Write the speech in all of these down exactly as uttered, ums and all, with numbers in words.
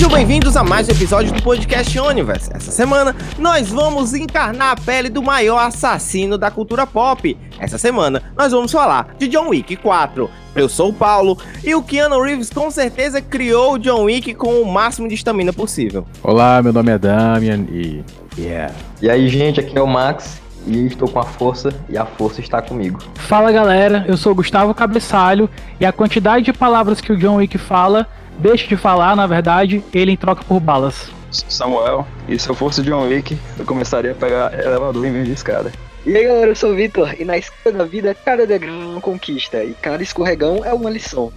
Sejam bem-vindos a mais um episódio do Podcast Universe. Essa semana, nós vamos encarnar a pele do maior assassino da cultura pop. Essa semana, nós vamos falar de John Wick quatro. Eu sou o Paulo, e o Keanu Reeves com certeza criou o John Wick com o máximo de estamina possível. Olá, meu nome é Damian e... Yeah. E aí, gente, aqui é o Max, e eu estou com a força, e a força está comigo. Fala, galera, eu sou o Gustavo Cabeçalho, e a quantidade de palavras que o John Wick fala, deixa de falar, na verdade, ele em troca por balas. Samuel, e se eu fosse John Wick, eu começaria a pegar elevador em vez de escada. E aí, galera, eu sou o Vitor, e na escada da vida, cada degrau é uma conquista, e cada escorregão é uma lição.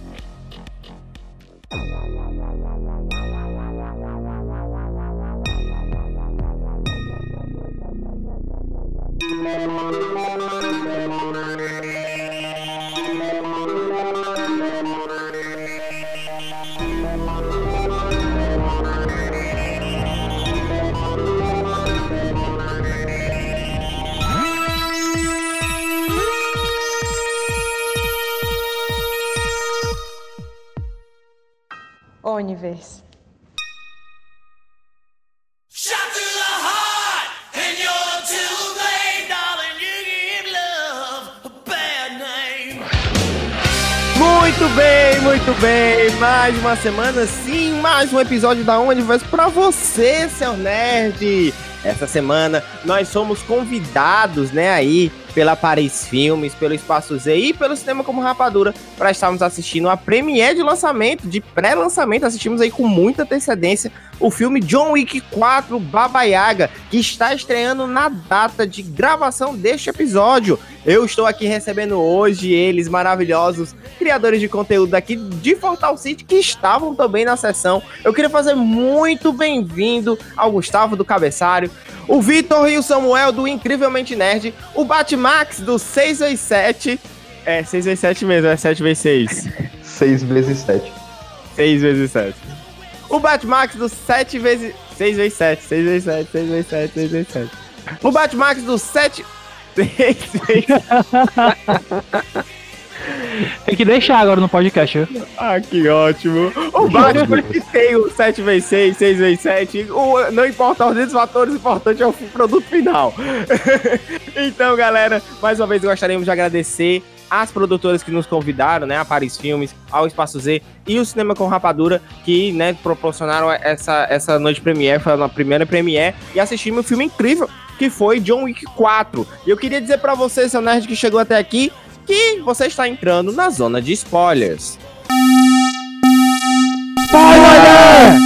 Universe. Muito bem, muito bem, mais uma semana, sim, mais um episódio da Universe pra você, seu nerd. Essa semana nós somos convidados, né, aí pela Paris Filmes, pelo Espaço Z e pelo Cinema como Rapadura para estarmos assistindo a premiere de lançamento, de pré-lançamento. Assistimos aí com muita antecedência o filme John Wick quatro Baba Yaga, que está estreando na data de gravação deste episódio. Eu estou aqui recebendo hoje eles, maravilhosos criadores de conteúdo daqui de Fortal City, que estavam também na sessão. Eu queria fazer muito bem-vindo ao Gustavo do Cabeçalho, o Vitor e o Samuel do Incrivelmente Nerd, o Batmax do seis vezes sete, é seis vezes sete mesmo, é sete vezes seis. seis vezes sete. seis vezes sete. O Batmax do sete vezes... seis vezes sete, seis vezes sete, seis vezes sete, seis vezes sete. O Batmax do sete... seis vezes... Tem que deixar agora no podcast, viu? Ah, que ótimo. O Batman que tem o sete vezes seis, seis vezes sete, o, não importa os fatores, o importante é o produto final. Então, galera, mais uma vez gostaríamos de agradecer as produtoras que nos convidaram, né, a Paris Filmes, ao Espaço Z e o Cinema com Rapadura, que, né, proporcionaram essa, essa noite premiere, foi a primeira premiere, e assistimos um filme incrível, que foi John Wick quatro. E eu queria dizer pra você, seu nerd que chegou até aqui, que você está entrando na zona de spoilers. Spoiler!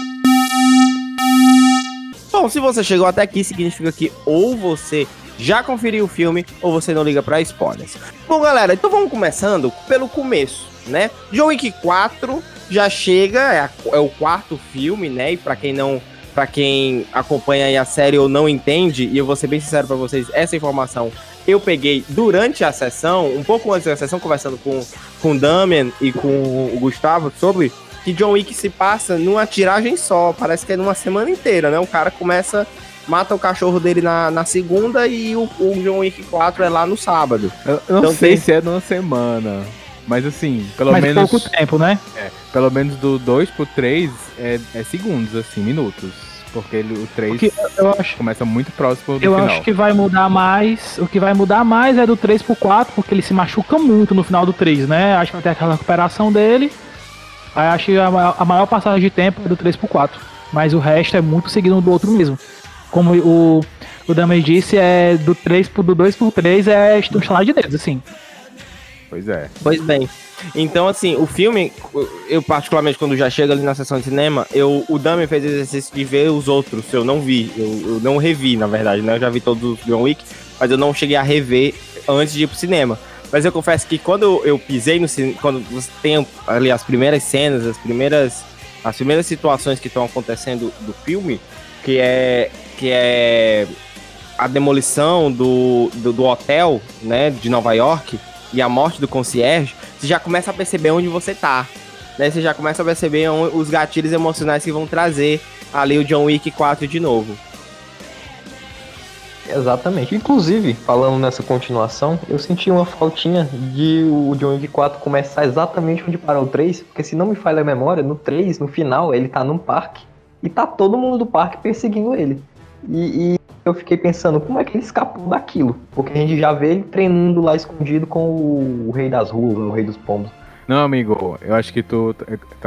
Bom, se você chegou até aqui, significa que ou você já conferiu o filme ou você não liga para spoilers. Bom, galera, então vamos começando pelo começo, né? John Wick quatro já chega, é, a, é o quarto filme, né? E para quem não, para quem acompanha aí a série ou não entende, e eu vou ser bem sincero para vocês, essa informação eu peguei durante a sessão, um pouco antes da sessão, conversando com, com o Damian e com o Gustavo sobre que John Wick se passa numa tiragem só, parece que é numa semana inteira, né? O cara começa, mata o cachorro dele na, na segunda e o, o John Wick quatro é lá no sábado. Eu, eu não então, sei tem... se é numa semana, mas assim, pelo mas menos... pouco tempo, né? É, pelo menos do dois pro três é, é segundos, assim, minutos. Porque ele, o três Porque eu acho, começa muito próximo do eu final. acho que vai mudar mais. O que vai mudar mais é do três pro quatro, porque ele se machuca muito no final do três, né? Acho que vai ter aquela recuperação dele. Aí acho que a maior, a maior passagem de tempo é do três pro quatro. Mas o resto é muito seguido um do outro mesmo. Como o, o Damas disse, é do três pro, do dois pro três é estalar de dedos, assim. Pois é. Pois bem. Então, assim, o filme, eu particularmente, quando já chego ali na sessão de cinema, eu, o Dami fez o exercício de ver os outros, eu não vi, eu, eu não revi, na verdade, né? Eu já vi todos os John Wick, mas eu não cheguei a rever antes de ir pro cinema. Mas eu confesso que quando eu pisei no cinema, quando você tem ali as primeiras cenas, as primeiras, as primeiras situações que estão acontecendo do filme, que é, que é a demolição do, do, do hotel, né, de Nova York, e a morte do concierge, você já começa a perceber onde você tá, né? Você já começa a perceber os gatilhos emocionais que vão trazer ali o John Wick quatro de novo. Exatamente. Inclusive, falando nessa continuação, eu senti uma faltinha de o John Wick quatro começar exatamente onde parou o três, porque se não me falha a memória, no três, no final, ele tá num parque e tá todo mundo do parque perseguindo ele. E, e eu fiquei pensando, como é que ele escapou daquilo? Porque a gente já vê ele treinando lá escondido com o, o rei das ruas, o rei dos pombos. Não, amigo, eu acho que tu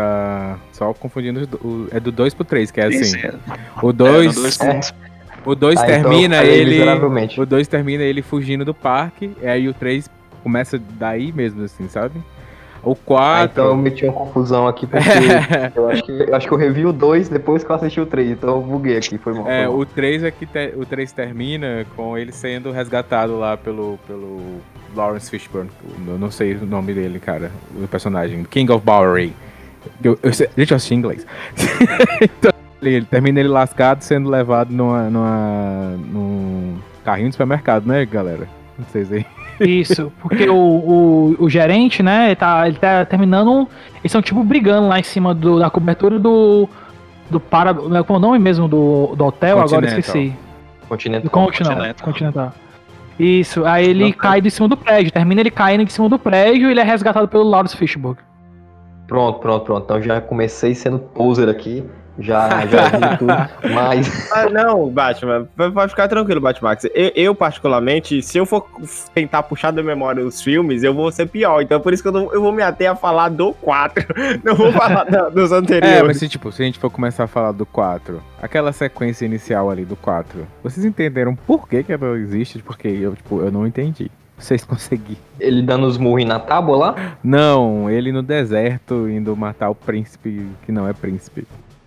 tá só confundindo. O, é do dois pro três, que é assim. Sim, sim. O dois. É, no dois É. O dois Ah, termina então eu falei ele. miseravelmente. O dois termina ele fugindo do parque. E aí o três começa daí mesmo, assim, sabe? O Ah, quatro. então eu meti uma confusão aqui, porque eu, acho que, eu acho que eu revi o dois depois que eu assisti o três, então eu buguei aqui, foi mal. Foi É, mal. o três é que te- o três termina com ele sendo resgatado lá pelo, pelo Lawrence Fishburne. Eu não sei o nome dele, cara. O personagem. King of Bowery. Eu, eu, sei- deixa eu assistir em inglês. Então, ele, ele termina ele lascado sendo levado numa, numa, num carrinho de supermercado, né, galera? Não sei se aí. Isso, porque o, o, o gerente, né, ele tá, ele tá terminando. Eles estão tipo brigando lá em cima do, da cobertura do. Do para. Como é o nome mesmo do, do hotel? Agora eu Continental. esqueci. Do Continental. Continental. Continental. Continental. Isso, aí ele Não, cai de cima do prédio. Termina ele caindo de cima do prédio e ele é resgatado pelo Lawrence Fishburne. Pronto, pronto, pronto. Então já comecei sendo poser aqui. Já, já vi tudo. Mas. Ah, não, Batman, pode ficar tranquilo, Batmax. Eu, eu, particularmente, se eu for tentar puxar da memória os filmes, eu vou ser pior. Então, por isso que eu, não, eu vou me ater a falar do quatro. Não vou falar da- dos anteriores. É, mas se, tipo, se a gente for começar a falar do quatro, aquela sequência inicial ali do quatro, vocês entenderam por que que ela existe? Porque eu, tipo, eu não entendi. Vocês conseguiram. Ele dando os murros na tábua lá? Não, ele no deserto indo matar o príncipe que não é príncipe.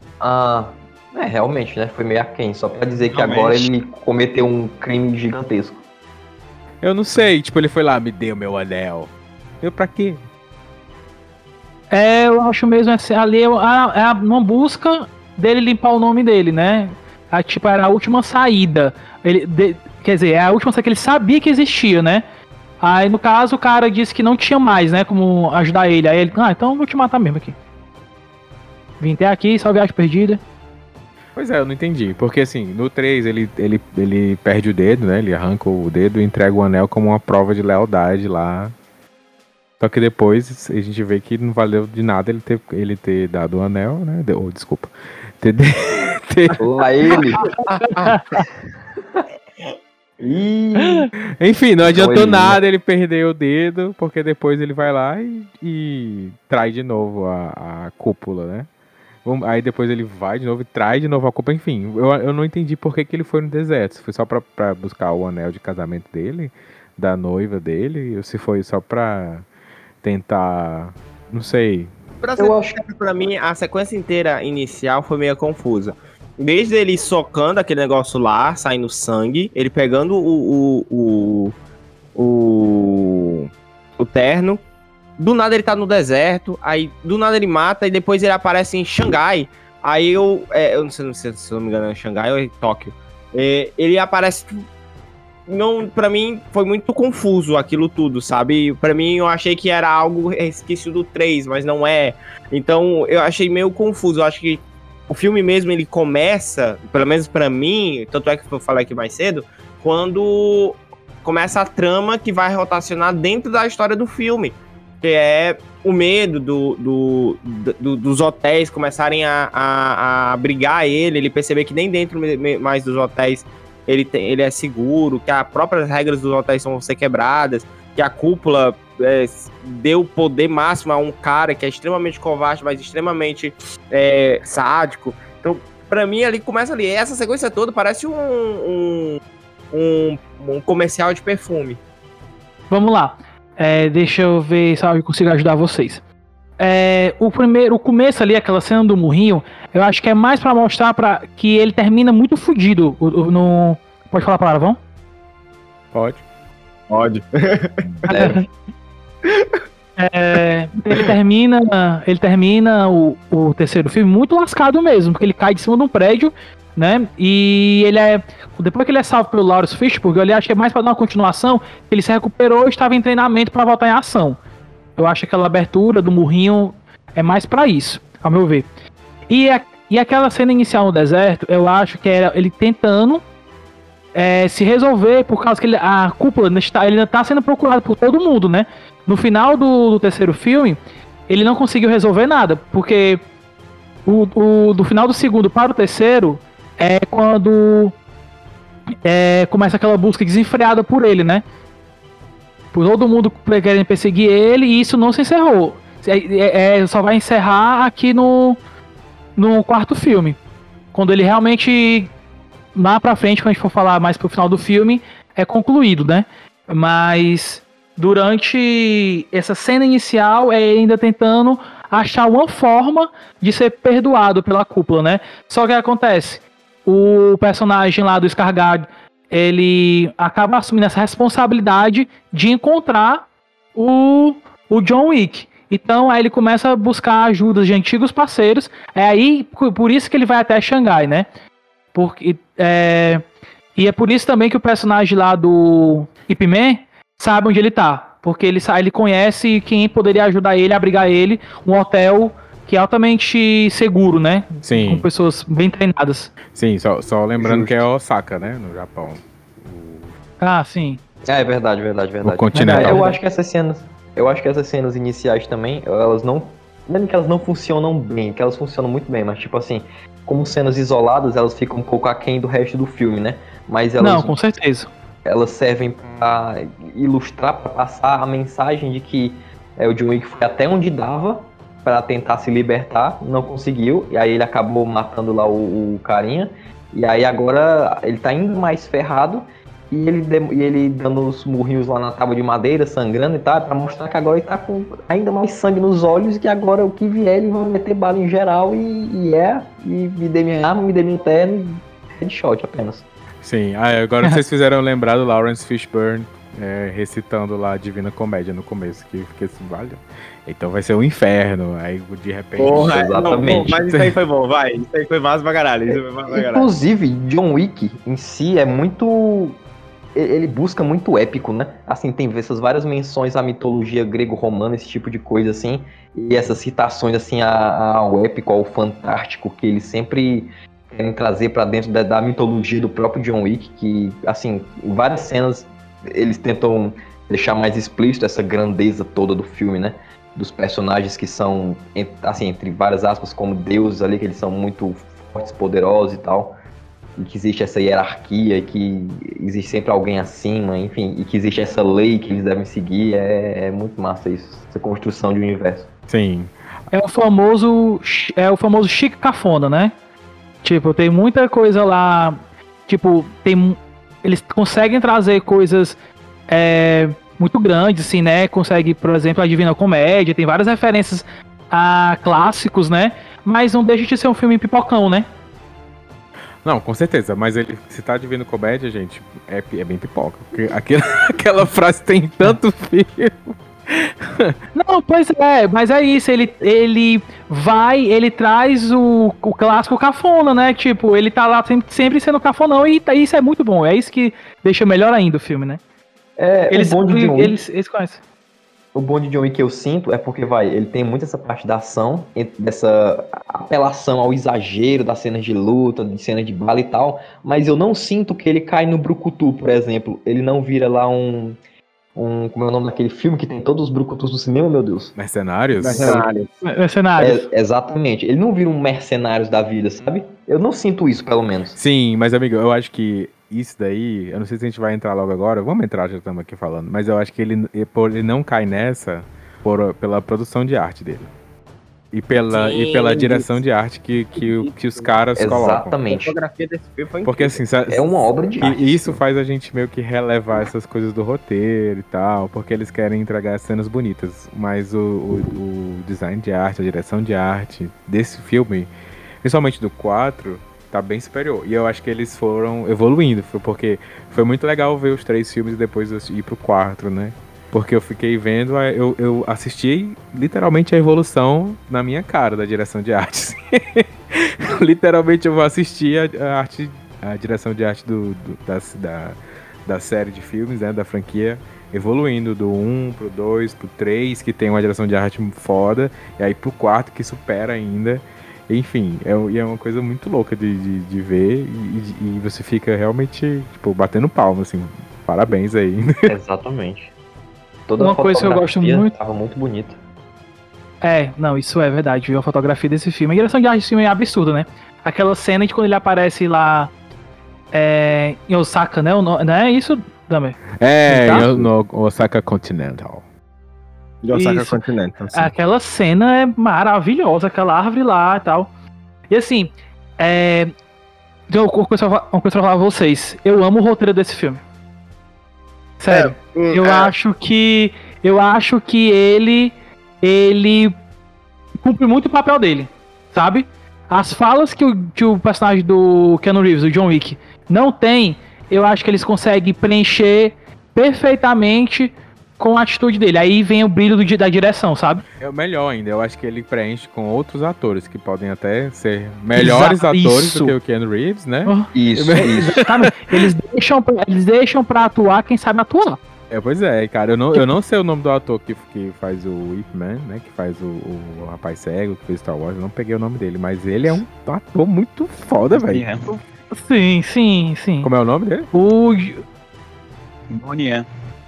Ah. É, realmente, né? Foi meio aquém. Só pra dizer que Realmente. agora ele cometeu um crime gigantesco. Eu não sei, tipo, ele foi lá, me deu meu anel. Deu pra quê? É, eu acho mesmo assim, ali é a- é a- uma busca dele limpar o nome dele, né? A, tipo, era a última saída. Ele, de- quer dizer, é a última saída que ele sabia que existia, né? Aí, no caso, o cara disse que não tinha mais, né? Como ajudar ele. Aí ele, ah, então eu vou te matar mesmo aqui. Vim até aqui, só viagem perdida. Pois é, eu não entendi. Porque assim, no três ele, ele, ele perde o dedo, né? Ele arranca o dedo e entrega o anel como uma prova de lealdade lá. Só que depois a gente vê que não valeu de nada ele ter, ele ter dado o anel, né? De- oh, desculpa. Ter, ter- Lá ele. Ih, Enfim, não adiantou ele, né? nada ele perder o dedo, porque depois ele vai lá e, e trai de novo a, a cúpula, né? Vamos- Aí depois ele vai de novo e trai de novo a cúpula. Enfim, eu, eu não entendi por que, que ele foi no deserto. Se foi só pra, pra buscar o anel de casamento dele, da noiva dele, ou se foi só pra tentar, não sei. Pra ser Eu acho- sincero, pra mim, a sequência inteira inicial foi meio confusa. Desde ele socando aquele negócio lá, saindo sangue, ele pegando o, o, o, o, o terno, do nada ele tá no deserto, aí do nada ele mata e depois ele aparece em Xangai. Aí eu, é, eu não sei, não sei se eu não me engano é Xangai ou é Tóquio. É, ele aparece, não, pra mim foi muito confuso aquilo tudo, sabe? Pra mim eu achei que era algo resquício do três, mas não é. Então eu achei meio confuso, eu acho que o filme mesmo, ele começa, pelo menos pra mim, tanto é que eu falei aqui mais cedo, quando começa a trama que vai rotacionar dentro da história do filme, que é o medo do, do, do- dos hotéis começarem a, a, a brigar ele, ele perceber que nem dentro me- me- mais dos hotéis ele, tem, ele é seguro, que as próprias regras dos hotéis vão ser quebradas, que a cúpula é, deu poder máximo a um cara que é extremamente covarde, mas extremamente é, sádico. Então, pra mim, ali começa ali. Essa sequência toda parece um, um, um, um comercial de perfume. Vamos lá. É, deixa eu ver se eu consigo ajudar vocês. É, o primeiro, o começo ali, aquela cena do murrinho, eu acho que é mais pra mostrar pra, que ele termina muito fudido. O- o- no... Pode falar palavrão? Pode. Pode. deve. É, ele termina, ele termina o, o terceiro filme muito lascado mesmo, porque ele cai de cima de um prédio, né? E ele é. Depois que ele é salvo pelo Lawrence Fishburne, eu acho que é mais pra dar uma continuação, ele se recuperou e estava em treinamento pra voltar em ação. Eu acho que aquela abertura do murrinho é mais pra isso, ao meu ver. E, a, e aquela cena inicial no deserto, eu acho que era ele tentando é, se resolver por causa que ele, a cúpula ainda está, ele ainda tá sendo procurado por todo mundo, né? No final do, do terceiro filme, ele não conseguiu resolver nada, porque o, o, do final do segundo para o terceiro é quando é, começa aquela busca desenfreada por ele, né? Por todo mundo querendo perseguir ele, e isso não se encerrou. É, é, só vai encerrar aqui no, no quarto filme. Quando ele realmente, lá pra frente, quando a gente for falar mais pro final do filme, é concluído, né? Mas durante essa cena inicial é ele ainda tentando achar uma forma de ser perdoado pela cúpula, né? Só que o que acontece? O personagem lá do Skarsgård, ele acaba assumindo essa responsabilidade de encontrar o, o John Wick. Então aí ele começa a buscar ajudas de antigos parceiros. É aí, por isso que ele vai até Xangai, né? Porque, é, e é por isso também que o personagem lá do Ip Man sabe onde ele tá. Porque ele, ele conhece quem poderia ajudar ele a abrigar ele. Um hotel que é altamente seguro, né? Sim. Com pessoas bem treinadas. Sim, só, só lembrando Justo. que é Osaka, né? No Japão. Ah, sim. É, é verdade, verdade, verdade. O continental. Eu acho que essas cenas, eu acho que essas cenas iniciais também, elas não, não é que elas não funcionam bem, que elas funcionam muito bem, mas tipo assim, como cenas isoladas, elas ficam um pouco aquém do resto do filme, né? Mas elas, não, com certeza. Elas servem para ilustrar, para passar a mensagem de que é, o John Wick foi até onde dava para tentar se libertar, não conseguiu, e aí ele acabou matando lá o, o carinha, e aí agora ele tá ainda mais ferrado, e ele, e ele dando os murrinhos lá na tábua de madeira, sangrando e tal, pra mostrar que agora ele tá com ainda mais sangue nos olhos, e que agora o que vier ele vai meter bala em geral, e, e é, e me dê minha arma, me dê minha terno, e headshot apenas. Sim, ah, agora vocês fizeram lembrar do Lawrence Fishburne é, recitando lá a Divina Comédia no começo, que eu fiquei assim, vale... Então vai ser um inferno, aí de repente... Porra, exatamente. Não, mas isso aí foi bom, vai. Isso aí foi massa pra caralho. Isso foi massa pra caralho. Inclusive, John Wick em si é muito... Ele busca muito épico, né? Assim, tem essas várias menções à mitologia grego-romana, esse tipo de coisa, assim. E essas citações, assim, ao épico, ao fantástico, que eles sempre querem trazer pra dentro da, da mitologia do próprio John Wick. Que, assim, em várias cenas eles tentam deixar mais explícito essa grandeza toda do filme, né? Dos personagens que são, assim, entre várias aspas, como deuses ali, que eles são muito fortes, poderosos e tal, e que existe essa hierarquia, e que existe sempre alguém acima, enfim, e que existe essa lei que eles devem seguir, é, é muito massa isso, essa construção de universo. Sim. É o famoso, é o famoso chique cafona, né? Tipo, tem muita coisa lá, tipo, tem, eles conseguem trazer coisas, é... muito grande, assim, né? Consegue, por exemplo, a Divina Comédia, tem várias referências a clássicos, né? Mas não deixa de ser um filme pipocão, né? Não, com certeza, mas ele, se tá Divina Comédia, gente, é, é bem pipoca. Porque aquela, aquela frase tem tanto filme. Não, pois é, mas é isso, ele, ele vai, ele traz o, o clássico cafona, né? Tipo, ele tá lá sempre, sempre sendo cafonão, e tá, isso é muito bom, é isso que deixa melhor ainda o filme, né? É, eles, o bom de John Wick, eles, eles conhecem. O bom de John Wick que eu sinto é porque, vai, ele tem muito essa parte da ação, dessa apelação ao exagero das cenas de luta, de cenas de bala e tal, mas eu não sinto que ele cai no brucutu, por exemplo. Ele não vira lá um... um como é o nome daquele filme que tem todos os brucutus do cinema, meu Deus? Mercenários? Mercenários. Mercenários. É, exatamente. Ele não vira um Mercenários da vida, sabe? Eu não sinto isso, pelo menos. Sim, mas, amigo, eu acho que isso daí, eu não sei se a gente vai entrar logo agora, vamos entrar, já estamos aqui falando, mas eu acho que ele, ele não cai nessa por, pela produção de arte dele. E pela, Sim, e pela direção de arte que, que, que os caras Exatamente. colocam. Exatamente. A fotografia desse filme foi Porque assim, é uma obra de arte. E isso faz a gente meio que relevar essas coisas do roteiro e tal, porque eles querem entregar cenas bonitas. Mas o, o, o design de arte, a direção de arte desse filme, principalmente do quatro, tá bem superior. E eu acho que eles foram evoluindo, porque foi muito legal ver os três filmes e depois ir pro quatro, né? Porque eu fiquei vendo, eu, eu assisti literalmente a evolução na minha cara da direção de arte. Literalmente eu vou assistir a, a, arte, a direção de arte do, do, da, da, da série de filmes, né, da franquia, evoluindo do um pro dois, pro três, que tem uma direção de arte foda, e aí pro quatro, que supera ainda. Enfim, é, e é uma coisa muito louca de, de, de ver e, e você fica realmente, tipo, batendo palma, assim. Parabéns aí. Exatamente. Toda Uma a coisa que eu gosto fotografia muito- tava muito bonita. É, não, isso é verdade, viu? A fotografia desse filme. A direção de arte desse filme é absurda, né? Aquela cena de quando ele aparece lá é, em Osaka, né? O no- Não é isso, Damer? É, Tá? no, no Osaka Continental. De Osaka Isso. Continental. Assim. Aquela cena é maravilhosa, aquela árvore lá e tal. E assim, é. Tem uma coisa, pra- uma coisa pra falar pra vocês. Eu amo o roteiro desse filme. Sério. Hum, Eu é, acho que. Eu acho que ele. Ele cumpre muito o papel dele. Sabe? As falas que o, que o personagem do Keanu Reeves, o John Wick, não tem, eu acho que eles conseguem preencher perfeitamente com a atitude dele. Aí vem o brilho do di- da direção, sabe? É o melhor ainda, eu acho que ele preenche com outros atores que podem até ser melhores Exa- atores isso. do que o Keanu Reeves, né? Isso, É, isso. Exatamente. Eles deixam, pra- eles deixam pra atuar quem sabe atuar. É, pois é, cara, eu não, eu não sei o nome do ator que, que faz o Ip Man, né? Que faz o, o rapaz cego, que fez Star Wars, eu não peguei o nome dele, mas ele é um ator muito foda, velho. É. Sim, sim, sim. Como é o nome dele? O, Donnie Yen.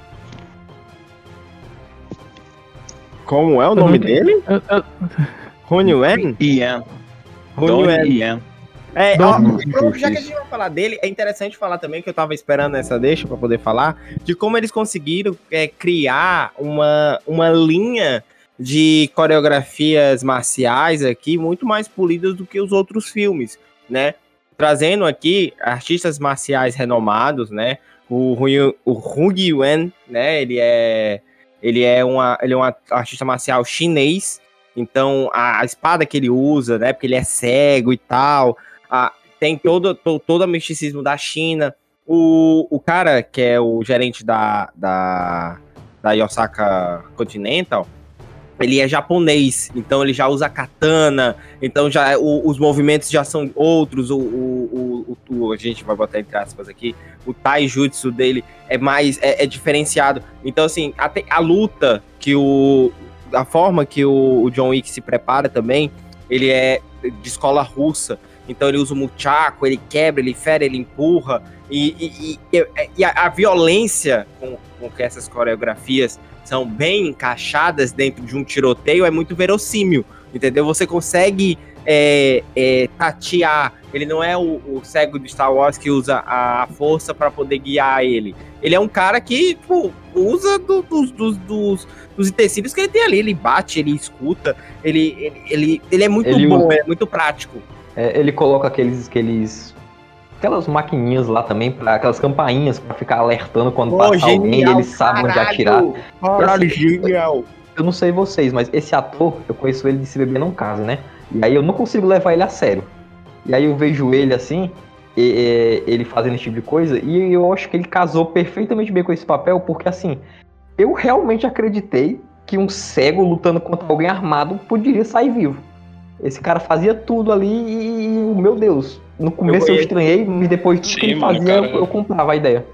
Como é o Eu nome não- dele? eu- eu- Rony Wen? Yen. Rony Donnie Wen. Yen. É, Não, ó, não, pronto, já que a isso. gente vai falar dele, é interessante falar também, que eu tava esperando essa deixa pra poder falar, de como eles conseguiram é, criar uma, uma linha de coreografias marciais aqui muito mais polidas do que os outros filmes, né? Trazendo aqui artistas marciais renomados, né? O Hu- o Hung Yuan, né? Ele é, ele é uma, ele é um artista marcial chinês. Então, a, a espada que ele usa, né? Porque ele é cego e tal. a- tem todo, to, todo o misticismo da China. O, o cara que é o gerente da, da, da Osaka Continental, ele é japonês, então ele já usa katana, então já o- os movimentos já são outros, o, o, o, o- a gente vai botar entre aspas aqui, o taijutsu dele é mais, é, é diferenciado. Então assim, até a luta que o, a forma que o, o John Wick se prepara também, ele é de escola russa, então ele usa o muchaco, ele quebra, ele fere, ele empurra, e, e, e, e a, a violência com, com que essas coreografias são bem encaixadas dentro de um tiroteio é muito verossímil, entendeu? Você consegue é, é, tatear. Ele não é o, o cego do Star Wars que usa a força para poder guiar ele. Ele é um cara que tipo, usa do, dos, dos, dos, dos utensílios que ele tem ali. Ele bate, ele escuta, ele, ele, ele, ele é muito Ele bom, usa- é muito prático. É, ele coloca aqueles, aqueles. Aquelas maquininhas lá também, pra, aquelas campainhas pra ficar alertando quando Pô, passa alguém e genial, ele sabe onde caralho! atirar. Caralho, E assim, genial! Eu não sei vocês, mas esse ator, eu conheço ele de Se Beber Não Case, né? E aí eu não consigo levar ele a sério. E aí eu vejo ele assim, e- e- ele fazendo esse tipo de coisa, e eu acho que ele casou perfeitamente bem com esse papel, porque assim, eu realmente acreditei que um cego lutando contra alguém armado poderia sair vivo. Esse cara fazia tudo ali e, meu Deus, no começo eu, conheço. estranhei, mas depois tudo Sim, que ele mano, fazia, cara. eu, eu comprava a ideia.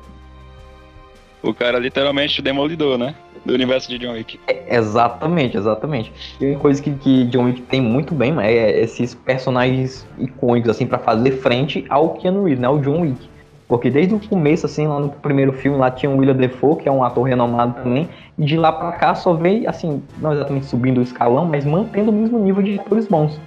O cara é literalmente o demolidor, né? Do universo de John Wick. É, exatamente, exatamente. E uma coisa que, que John Wick tem muito bem é esses personagens icônicos, assim, pra fazer frente ao Keanu Reeves, né? Ao John Wick. Porque desde o começo, assim, lá no primeiro filme, lá tinha o Willem Dafoe, que é um ator renomado também, e de lá pra cá só veio, assim, não exatamente subindo o escalão, mas mantendo o mesmo nível de atores bons.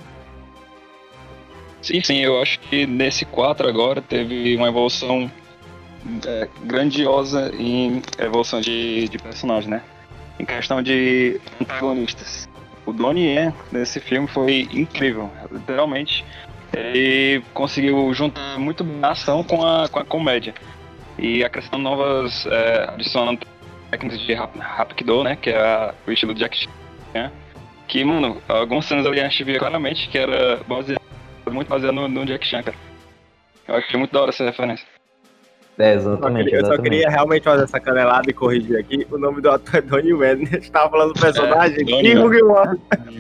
Sim, sim, eu acho que nesse quatro agora teve uma evolução é, grandiosa em evolução de, de personagem, né? Em questão de antagonistas. O Donnie Yen nesse filme foi incrível, literalmente. Ele conseguiu juntar muito bem a ação com a, com a comédia. E acrescentando novas, é, adicionando técnicas de rap, Hapkido, né? Que é a, o estilo de Jack Chan. Que, mano, algumas cenas ali a gente via claramente que era baseado, muito baseado no, no Jack Chan, cara. Eu achei muito da hora essa referência. É, Eu só exatamente, queria- Eu só exatamente. queria realmente fazer essa canelada e corrigir aqui. O nome do ator é Donnie Yen. A gente tava falando do personagem. É, Donnie Ih, Yen. Hugh-Wan.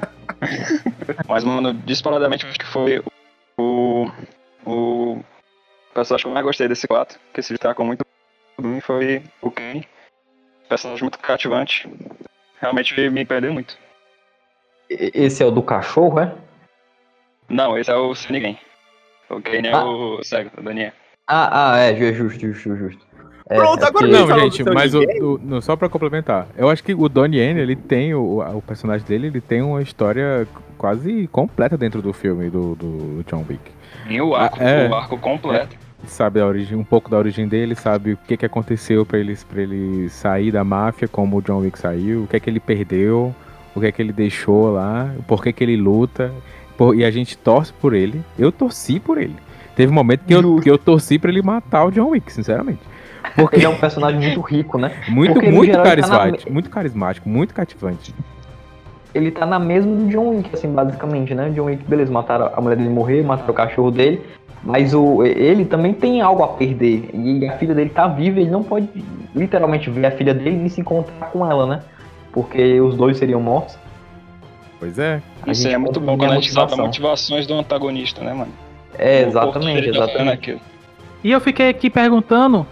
Mas, mano, disparadamente, eu acho que foi o, o personagem que eu mais gostei desse quatro, que se destacou muito bem, foi o Kenny. Personagem muito cativante. Realmente me perdeu muito. E- Esse é o do cachorro, é? Não, esse é o Sem Ninguém. O Kane é Ah. o cego, o Daniel. Ah, ah, é, ju- justo, justo, justo. É, Pronto, é agora porque- Ele Não, falou gente, do seu mas o, ninguém? o- não, só pra complementar. Eu acho que o Donnie Yen, ele tem, o, o personagem dele, ele tem uma história quase completa dentro do filme do, do John Wick. E o arco, Ah, é. o arco completo. Sabe a origem, um pouco da origem dele, sabe o que, que aconteceu pra ele, pra ele sair da máfia, como o John Wick saiu, o que é que ele perdeu, o que é que ele deixou lá, por que que ele luta, por- e a gente torce por ele. Eu torci por ele. Teve um momento que eu, Justo. que eu torci pra ele matar o John Wick, sinceramente. Porque Ele é um personagem muito rico, né? muito, porque, no muito geral, ele tá na- carismático, muito carismático, muito cativante. Ele tá na mesma do John Wick, assim, basicamente, né? John Wick, beleza, mataram a mulher dele morrer, mataram o cachorro dele, mas o, ele também tem algo a perder. E a filha dele tá viva, ele não pode literalmente ver a filha dele e se encontrar com ela, né? Porque os dois seriam mortos. Pois é. A Isso gente é muito bom confunde quando a a gente sabe as motivação. motivações do antagonista, né, mano? É, O exatamente, porquê ele tá fazendo exatamente. aquilo. E eu fiquei aqui perguntando,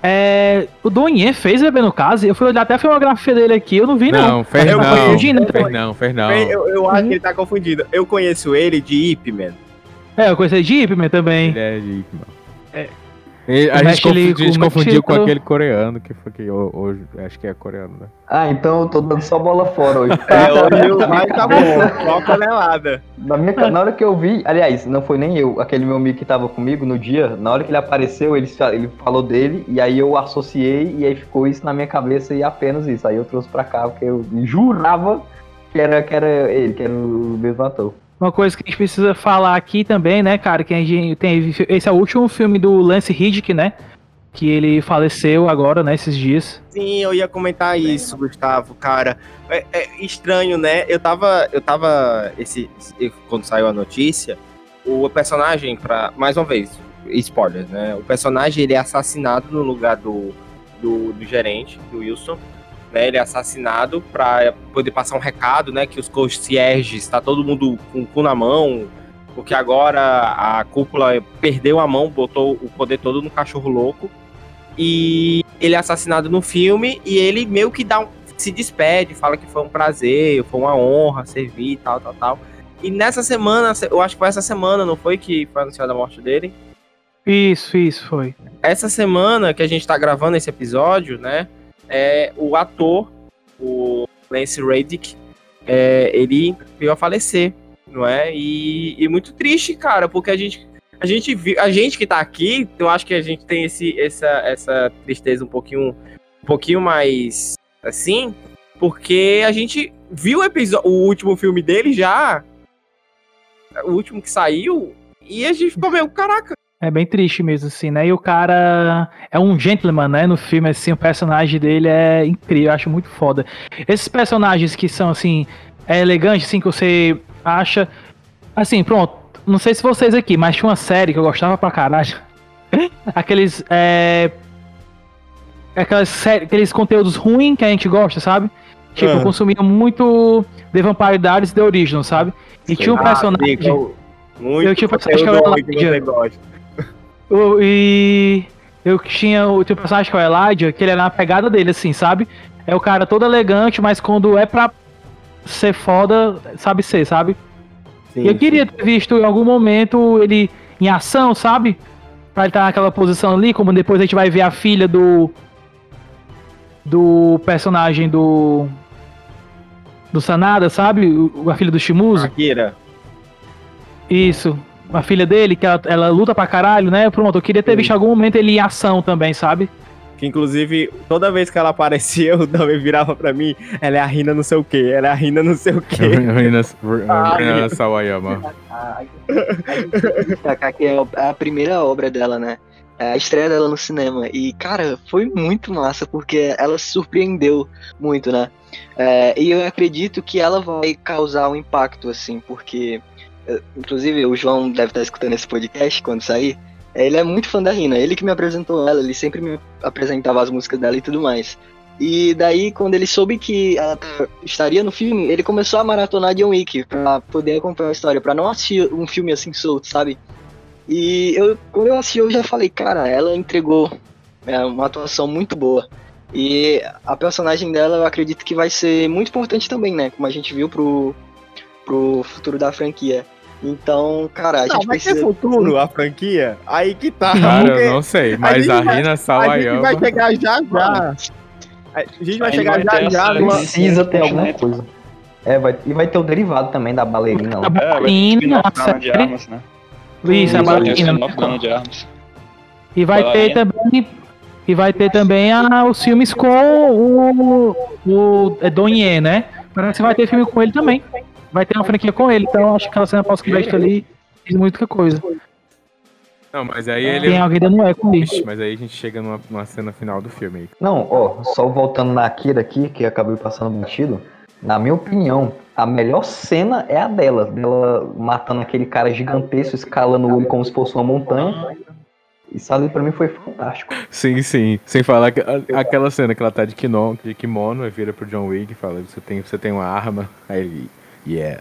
é, o Donnie fez Bebê no Caso? Eu fui olhar até a filmografia dele aqui, eu não vi não. Não, fez Eu não, confundi, fez não, fez não. Eu, eu acho Uhum. que ele tá confundido. Eu conheço ele de Ip Man. É, eu conheci de Ip Man também. Ele é de Ip Man. É. Ele- a Como é gente, que ele- confundiu, a gente como é que confundiu com ele- aquele coreano que foi que ho- hoje, acho que é coreano, né? Ah, então eu tô dando só bola fora hoje. É, hoje o Vai tá bom, só canelada. Na, minha, ca- na hora que eu vi, aliás, não foi nem eu, aquele meu amigo que tava comigo no dia, na hora que ele apareceu, ele, fa- ele falou dele, e aí eu associei, e aí ficou isso na minha cabeça e apenas isso. Aí eu trouxe pra cá, porque eu jurava que era, que era ele, que era o mesmo ator. Uma coisa que a gente precisa falar aqui também, né, cara, que a gente tem, esse é o último filme do Lance Reddick, né, que ele faleceu agora, né, esses dias. Sim, eu ia comentar isso, Gustavo, cara. É, é estranho, né? Eu tava. Eu tava. Esse, esse- quando saiu a notícia, o personagem, pra. Mais uma vez, spoilers, né? O personagem ele é assassinado no lugar do, do, do gerente, do Wilson. Né, ele é assassinado pra poder passar um recado, né? Que os concierges, tá todo mundo com o cu na mão. Porque agora a cúpula perdeu a mão, botou o poder todo no cachorro louco. E ele é assassinado no filme e ele meio que dá um, se despede, fala que foi um prazer, foi uma honra servir e tal, tal, tal. E nessa semana, eu acho que foi essa semana, não foi que foi anunciada a morte dele? Isso, isso, foi. Essa semana que a gente tá gravando esse episódio, né, é, o ator, o Lance Reddick, é, ele veio a falecer, não é? E, e muito triste, cara, porque a gente A gente, viu, a gente que tá aqui, eu acho que a gente tem esse, essa, essa tristeza um pouquinho, um pouquinho mais assim, porque a gente viu o, episódio, o último filme dele já, o último que saiu, e a gente ficou meio, caraca. É bem triste mesmo, assim, né? E o cara é um gentleman, né? No filme, assim, o personagem dele é incrível, eu acho muito foda. Esses personagens que são, assim, é elegante, assim, que você acha... Assim, pronto. Não sei se vocês aqui, mas tinha uma série que eu gostava pra caralho. Aqueles, é... Aquelas séries, aqueles conteúdos ruins que a gente gosta, sabe? Tipo, Uhum. eu consumia muito The Vampire Diaries The Original, sabe? E tinha um Ah, personagem... sim, com muito Eu tinha um personagem que conteúdo eu ruim que era- você gosta. O- E eu tinha o teu personagem que é o Elijah, que ele era na pegada dele, assim, sabe? É o cara todo elegante, mas quando é pra ser foda, sabe ser, sabe? Sim, E eu queria ter visto em algum momento ele em ação, sabe? Pra ele estar naquela posição ali, como depois a gente vai ver a filha do. Do personagem do. Do Sanada, sabe? O- A filha do Shimuzo. Akira. Isso. A filha dele, que ela, ela luta pra caralho, né? Pronto, eu queria ter Sim. visto em algum momento ele em ação também, sabe? Que inclusive, toda vez que ela aparecia, o Dami virava pra mim, ela é a Rina não sei o que, ela é a Rina não sei o que. Rina Ah, Rina Sawayama. A, a gente tem que destacar que é a primeira obra dela, né? É a estreia dela no cinema. E, cara, foi muito massa, porque ela surpreendeu muito, né? É, e eu acredito que ela vai causar um impacto, assim, porque... é, inclusive, o João deve estar escutando esse podcast quando sair. É, ele é muito fã da Rina, ele que me apresentou ela, ele sempre me apresentava as músicas dela e tudo mais. E daí, quando ele soube que ela tá- estaria no filme, ele começou a maratonar John Wick pra poder acompanhar a história, pra não assistir um filme assim solto, sabe? E eu, quando eu assisti, eu já falei, cara, ela entregou é, uma atuação muito boa. E a personagem dela, eu acredito que vai ser muito importante também, né? Como a gente viu pro, pro futuro da franquia. Então, cara, a Não, gente vai ter precisa. futuro a franquia? Aí que tá. Cara, porque eu não sei, mas a, gente vai- Rina a gente Sawayama... vai chegar já já. A gente vai Aí chegar vai já ter já essa- numa... Precisa ter alguma Continente. coisa. É, vai, e vai ter o derivado também da bailarina lá. A É, vai ter bailarina, spin-off a da Ana de série. Armas, né? Isso, a Vai ter bailarina. spin-off da Ana de Armas. E vai ter Bailarina. também. E vai ter também a, os filmes com o. O é Donnie, né? Parece que vai ter filme com ele também. Vai ter uma franquia com ele, então acho que aquela cena pós-crédito ali diz muita coisa. Não, mas aí ele... Tem alguém dando eco ali. Ixi, mas aí a gente chega numa, numa cena final do filme aí. Não, ó, só voltando na Akira aqui, que acabei passando batido. Na minha opinião, a melhor cena é a dela. Dela matando aquele cara gigantesco, escalando o olho como se fosse uma montanha. Isso ali pra mim foi fantástico. Sim, sim. Sem falar que a- aquela cena que ela tá de kimono, de kimono aí vira pro John Wick e fala, você tem, você tem uma arma? Aí ele, yeah.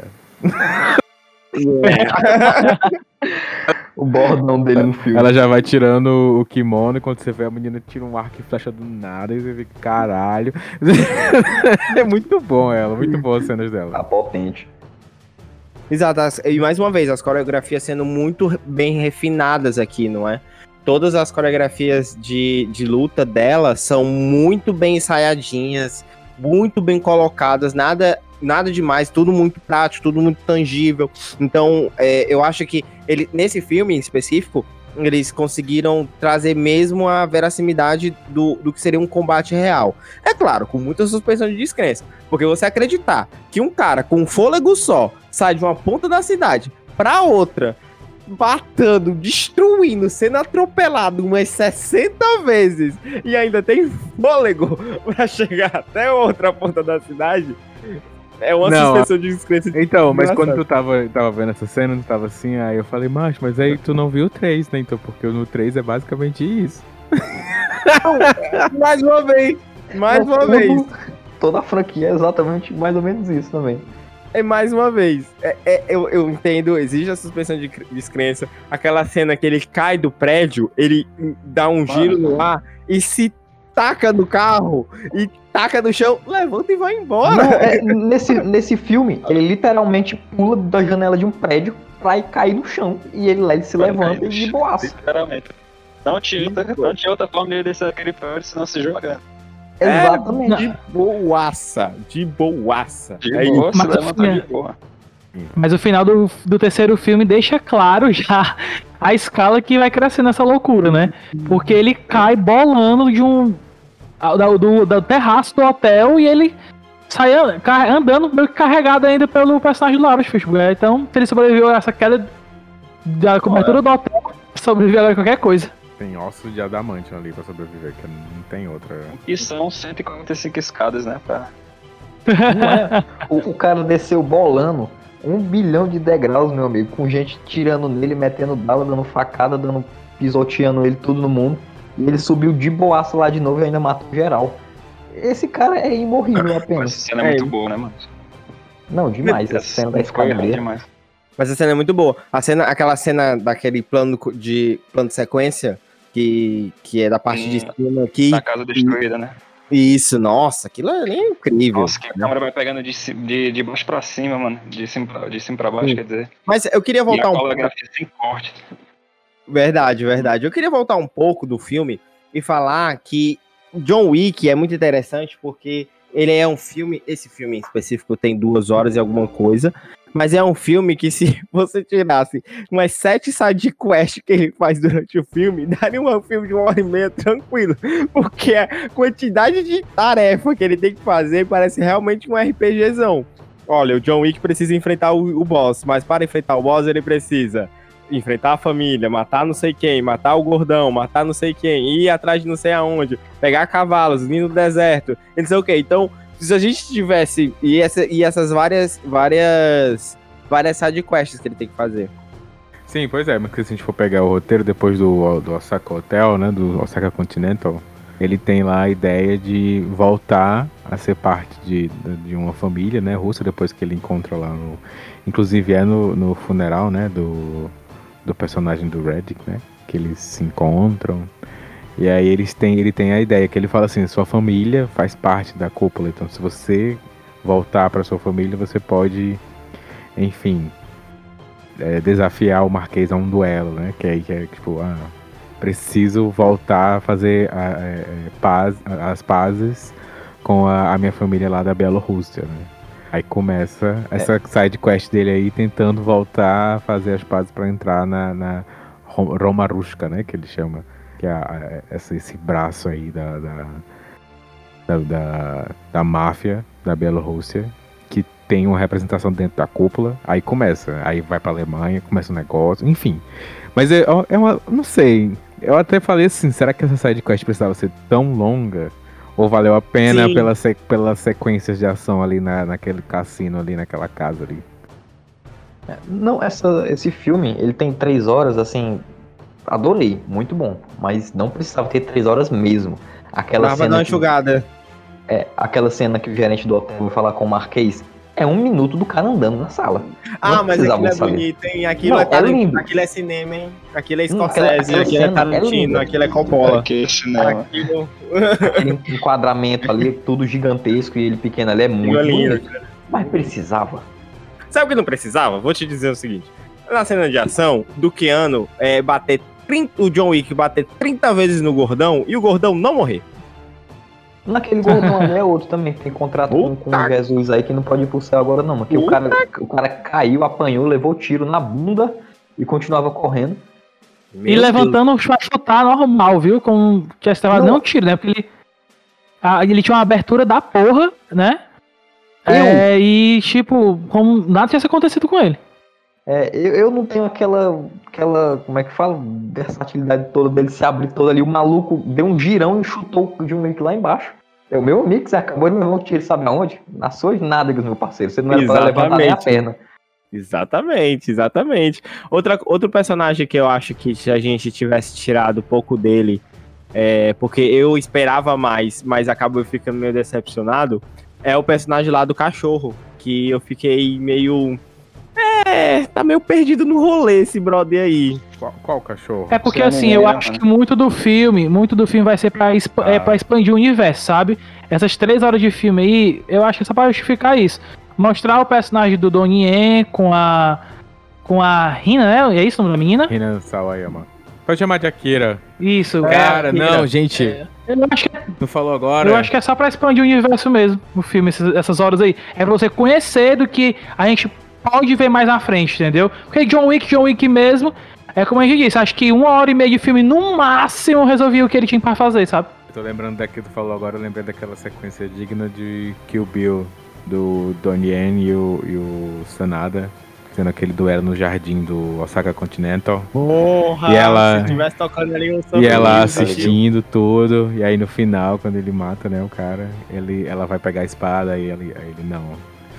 O bordão dele no filme. Ela já vai tirando o kimono e quando você vê a menina tira um arco e flecha do nada e você fica, caralho. É muito bom ela, muito boas as cenas dela. Tá potente. Exato, as- e mais uma vez, as coreografias sendo muito bem refinadas aqui, não é? Todas as coreografias de, de luta dela são muito bem ensaiadinhas, muito bem colocadas, nada, nada demais, tudo muito prático, tudo muito tangível. Então, é, eu acho que ele, nesse filme em específico, eles conseguiram trazer mesmo a veracidade do, do que seria um combate real. É claro, com muita suspensão de descrença. Porque você acreditar que um cara com um fôlego só sai de uma ponta da cidade pra outra, matando, destruindo, sendo atropelado umas sessenta vezes e ainda tem fôlego pra chegar até outra ponta da cidade, é uma Não, suspensão de descrença. Então, mas Engraçado. quando tu tava, tava vendo essa cena, tu tava assim, aí eu falei, macho, mas aí tu não viu o três, né? Então, porque no três é basicamente isso. Mais uma vez, mais Não, uma tudo- vez. Toda a franquia é exatamente mais ou menos isso também. É mais uma vez. É, é- eu, eu entendo, exige a suspensão de cre- descrença. Aquela cena que ele cai do prédio, ele dá um giro no ar e se taca no carro e taca no chão, levanta e vai embora. Não, é, nesse, nesse filme, ele literalmente pula da janela de um prédio pra ir cair no chão. E ele lá ele se Vai levanta cair no e de chão, boaça. Literalmente. Não tinha, outra, não tinha outra forma de ele descer aquele prédio senão se jogar. Exatamente. De boaça, de boaça. De É boa, se Mas, levantar é. de boa. Mas o final do, do terceiro filme deixa claro já a escala que vai crescer nessa loucura, né? Porque ele cai bolando de um. Do, do, do terraço do hotel e ele sai an- car- andando meio que carregado ainda pelo personagem do Lawrence Fishburne. Então, se ele sobreviveu a essa queda da cobertura do hotel, sobreviveu agora a qualquer coisa. Tem ossos de adamante ali pra sobreviver, que não tem outra. E são cento e quarenta e cinco escadas, né? Pra... Não é? O, o cara desceu bolando um bilhão de degraus, meu amigo, com gente tirando nele, metendo bala, dando facada, dando pisoteando ele tudo no mundo. E ele subiu de boaça lá de novo e ainda matou geral. Esse cara é imorrível Essa apenas. cena é, É. muito boa, né, mano? Não, demais. Essa cena da Foi escada dele. demais. Mas a cena é muito boa. A cena, aquela cena daquele plano co- de plano de sequência, que, que é da parte de Hum. cima aqui. Na casa destruída, né? Isso, nossa, aquilo ali é incrível. Nossa, que a câmera vai pegando de, ci- de, de baixo pra cima, mano. De cima pra, de cima pra baixo, Sim. quer dizer. Mas eu queria E a voltar um pouco. coreografia sem corte. Verdade, verdade. Eu queria voltar um pouco do filme e falar que John Wick é muito interessante porque ele é um filme, esse filme em específico tem duas horas e alguma coisa, mas é um filme que se você tirasse umas sete side quests que ele faz durante o filme, daria um filme de uma hora e meia tranquilo, porque a quantidade de tarefa que ele tem que fazer parece realmente um RPGzão. Olha, o John Wick precisa enfrentar o, o boss, mas para enfrentar o boss ele precisa enfrentar a família, matar não sei quem, matar o gordão, matar não sei quem, ir atrás de não sei aonde, pegar cavalos, vir no deserto, e não sei o que. Então, se a gente tivesse. E, essa, e essas várias. Várias. Várias sidequests que ele tem que fazer. Sim, pois é, mas se a gente for pegar o roteiro depois do, do Osaka Hotel, né, do Osaka Continental, ele tem lá a ideia de voltar a ser parte de, de uma família, né, russa, depois que ele encontra lá no... Inclusive é no, no funeral, né, do, do personagem do Reddick, né, que eles se encontram. E aí eles têm, ele tem a ideia que ele fala assim, sua família faz parte da cúpula, então se você voltar para sua família, você pode, enfim... é, desafiar o Marquês a um duelo, né? Que aí que é tipo, ah, preciso voltar a fazer a, a, a paz, as pazes com a, a minha família lá da Bielorrússia, né? Aí começa essa é. side quest dele aí tentando voltar a fazer as pazes para entrar na, na Roma Ruska, né? Que ele chama, que é a, a, esse, esse braço aí da da, da, da, da máfia da Bielorrússia, que tem uma representação dentro da cúpula. Aí começa, aí vai pra Alemanha, começa o um negócio, enfim. Mas é, é uma, não sei, eu até falei assim, será que essa side quest precisava ser tão longa? Ou valeu a pena pela se, pelas sequências de ação ali na, naquele cassino ali, naquela casa ali? Não, essa, esse filme, ele tem três horas, assim, adorei, muito bom. Mas não precisava ter três horas mesmo. Aquela Tava cena dar uma que, enxugada. É, aquela cena que o gerente do hotel vai falar com o Marquês, é um minuto do cara andando na sala. Ah, não mas aquilo é saber. bonito, hein? Aquilo, Não, é, é lindo. aquilo é cinema, hein? Aquilo é Hum, aquela- Scorsese, aquela aquilo é cena é Tarantino, linda. aquilo é Coppola. Que cinema. Aquilo... Aquele enquadramento ali, tudo gigantesco e ele pequeno ali, é muito lindo. bonito. Mas precisava. Sabe o que não precisava? Vou te dizer o seguinte. Na cena de ação, do Keanu é, bater trinta, o John Wick bater trinta vezes no gordão e o gordão não morrer. Naquele gordão ali é outro também, tem contrato com, com o Jesus aí que não pode ir pro céu agora não, porque o cara, o cara caiu, apanhou, levou tiro na bunda e continuava correndo. E levantando pra chutar normal, viu? Com que estava não tiro, né? Porque ele, a, ele tinha uma abertura da porra, né? É, e tipo, como nada tivesse acontecido com ele. É, eu, eu não tenho aquela, aquela, como é que fala, versatilidade toda dele se abrir todo ali. O maluco deu um girão e chutou o John Wick lá embaixo. É o meu amigo, você acabou de levar um tiro, sabe aonde? Nas suas nádegas, meu parceiro. Você não era pra levantar nem a perna. Exatamente, exatamente. Outra, outro personagem que eu acho que se a gente tivesse tirado um pouco dele, é, porque eu esperava mais, mas acabou ficando meio decepcionado, é o personagem lá do cachorro, que eu fiquei meio... É, tá meio perdido no rolê esse brother aí. Qual, qual cachorro? É porque Você assim, não eu lembra, acho né? que muito do filme, muito do filme vai ser pra, exp Ah. é, pra expandir o universo, sabe? Essas três horas de filme aí, eu acho que é só pra justificar isso. Mostrar o personagem do Donnie Yen com a... com a Rina, né? É isso o nome da menina? Hina Sawayama. Pode chamar de Akira. Isso. Cara, é, não, é. gente. Eu acho, que, Tu falou agora. eu acho que é só pra expandir o universo mesmo, o filme, essas, essas horas aí. É pra você conhecer do que a gente pode ver mais na frente, entendeu? Porque John Wick, John Wick mesmo, é como a gente disse, acho que uma hora e meia de filme, no máximo, resolvia o que ele tinha pra fazer, sabe? Eu tô lembrando daquilo que tu falou agora, eu lembrei daquela sequência digna de Kill Bill, do Donnie Yen e o, e o Sanada, tendo aquele duelo no jardim do Osaka Continental. Porra, E ela- se tivesse tocando ali um E ela sorriso, assistindo tudo, e aí no final, quando ele mata, né, o cara, ele, ela vai pegar a espada e ele, aí ele não,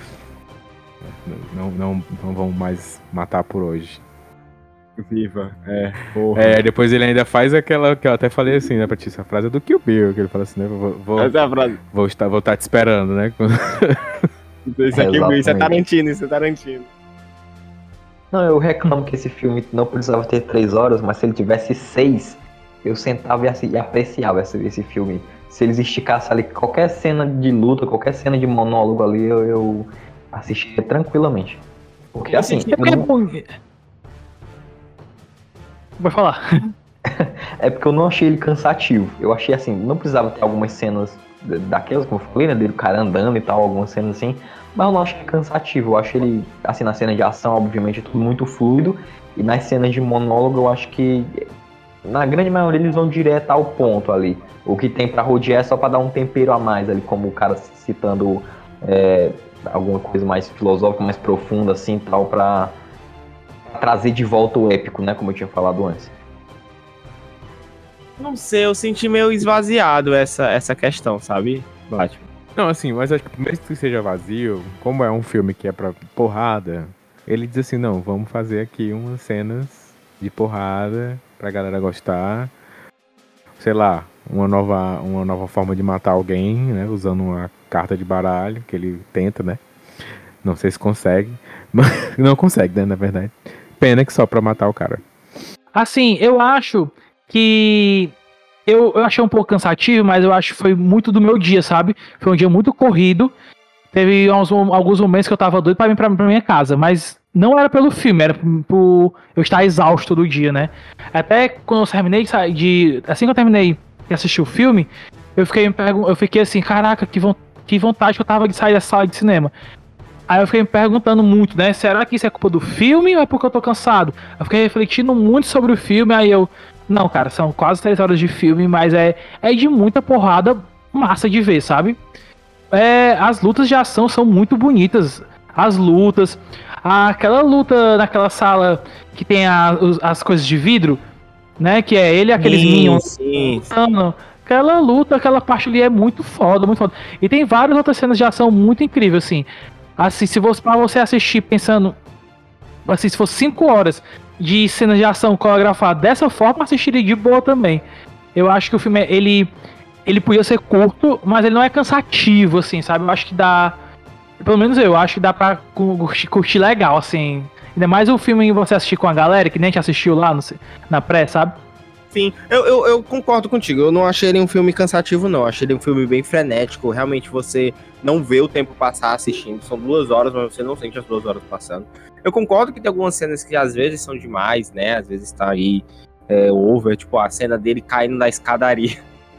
não, não, não vão mais matar por hoje. Viva, é, porra. É, depois ele ainda faz aquela que eu até falei assim, né, pra ti, essa frase é do Kill Bill, que ele fala assim, né, vou, vou, Essa é a frase. vou, estar, vou estar te esperando, né. Isso aqui, Exatamente. isso é Tarantino, isso é Tarantino. Não, eu reclamo que esse filme não precisava ter três horas, mas se ele tivesse seis, eu sentava e, assi- e apreciava esse, esse filme. Se eles esticassem ali qualquer cena de luta, qualquer cena de monólogo ali, eu, eu assistiria tranquilamente. Porque assim, É porque é eu não- bom. Vai falar. é porque eu não achei ele cansativo. Eu achei assim, não precisava ter algumas cenas da- daquelas, como eu falei, né, dele o cara andando e tal, algumas cenas assim, mas eu não achei cansativo. Eu acho ele, assim, na cena de ação, obviamente, é tudo muito fluido, e nas cenas de monólogo, eu acho que na grande maioria eles vão direto ao ponto ali. O que tem pra rodear é só pra dar um tempero a mais ali, como o cara citando é, alguma coisa mais filosófica, mais profunda, assim, tal, pra trazer de volta o épico, né, como eu tinha falado antes. Não sei, eu senti meio esvaziado essa, essa questão, sabe, Batman? Não, assim, mas acho que mesmo que seja vazio, como é um filme que é pra porrada, ele diz assim, não, vamos fazer aqui umas cenas de porrada pra galera gostar. Sei lá, uma nova, uma nova forma de matar alguém, né? Usando uma carta de baralho, que ele tenta, né? Não sei se consegue. Mas não consegue, né, na verdade. Pena que só pra matar o cara. Assim, eu acho que. Eu, eu achei um pouco cansativo, mas eu acho que foi muito do meu dia, sabe? Foi um dia muito corrido. Teve uns, alguns momentos que eu tava doido pra ir pra, pra minha casa, mas não era pelo filme, era por eu estar exausto do dia, né? Até quando eu terminei de. Assim que eu terminei de assistir o filme, eu fiquei, eu fiquei assim, caraca, que, vo que vontade que eu tava de sair da sala de cinema. Aí eu fiquei me perguntando muito, né? Será que isso é culpa do filme ou é porque eu tô cansado? Eu fiquei refletindo muito sobre o filme, aí eu. Não, cara, são quase três horas de filme, mas é, é de muita porrada massa de ver, sabe? É, as lutas de ação são muito bonitas. As lutas. Aquela luta naquela sala que tem a, os, as coisas de vidro, né? Que é ele e aqueles Sim, minions sim. lutando. Aquela luta, aquela parte ali é muito foda, muito foda. E tem várias outras cenas de ação muito incríveis, assim. Assim, se fosse pra você assistir pensando. Assim, se fosse cinco horas de cenas de ação coreografadas dessa forma, assistiria de boa também. Eu acho que o filme, ele. Ele podia ser curto, mas ele não é cansativo, assim, sabe? Eu acho que dá. Pelo menos eu acho que dá pra curtir, curtir legal, assim. Ainda mais o filme que você assistir com a galera, que nem a gente assistiu lá no, na pré, sabe? Sim, eu, eu, eu concordo contigo. Eu não achei ele um filme cansativo, não. Achei ele um filme bem frenético. Realmente você não vê o tempo passar assistindo. São duas horas, mas você não sente as duas horas passando. Eu concordo que tem algumas cenas que às vezes são demais, né? Às vezes tá aí é, over, tipo a cena dele caindo na escadaria.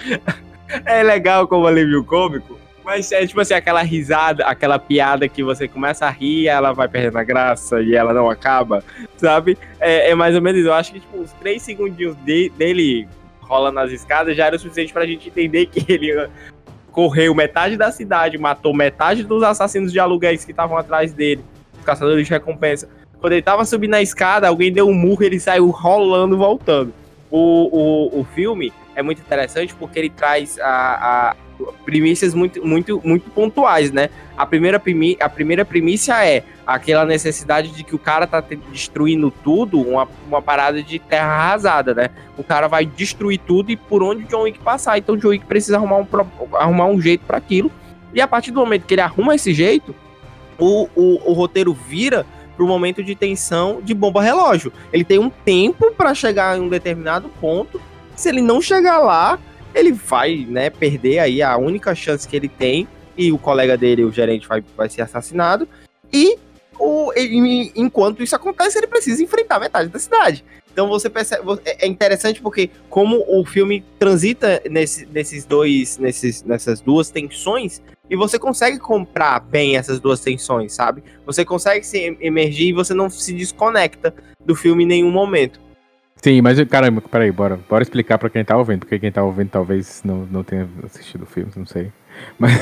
É legal como alívio cômico, mas é tipo assim, aquela risada, aquela piada que você começa a rir, ela vai perdendo a graça e ela não acaba, sabe? É, é mais ou menos isso. Eu acho que tipo, uns três segundinhos de, dele rola nas escadas já era o suficiente pra gente entender que ele correu metade da cidade, matou metade dos assassinos de aluguéis que estavam atrás dele, os caçadores de recompensa. Quando ele tava subindo na escada, alguém deu um murro e ele saiu rolando, voltando. O, o, o filme é muito interessante porque ele traz a, a premissas muito, muito, muito pontuais, né? A primeira, primi, a primeira primícia é aquela necessidade de que o cara tá destruindo tudo, uma, uma parada de terra arrasada, né? O cara vai destruir tudo e por onde o John Wick passar. Então o John Wick precisa arrumar um, arrumar um jeito para aquilo. E a partir do momento que ele arruma esse jeito, o, o, o roteiro vira pro momento de tensão de bomba relógio. Ele tem um tempo para chegar em um determinado ponto. Se ele não chegar lá, ele vai, né, perder aí a única chance que ele tem, e o colega dele, o gerente, vai, vai ser assassinado, e o, ele, enquanto isso acontece, ele precisa enfrentar metade da cidade. Então você percebe, é interessante porque como o filme transita nesse, nesses dois, nesses, nessas duas tensões, e você consegue comprar bem essas duas tensões, sabe? Você consegue se emergir e você não se desconecta do filme em nenhum momento. Sim, mas caramba, peraí, bora, bora explicar pra quem tá ouvindo, porque quem tá ouvindo talvez não, não tenha assistido o filme, não sei. Mas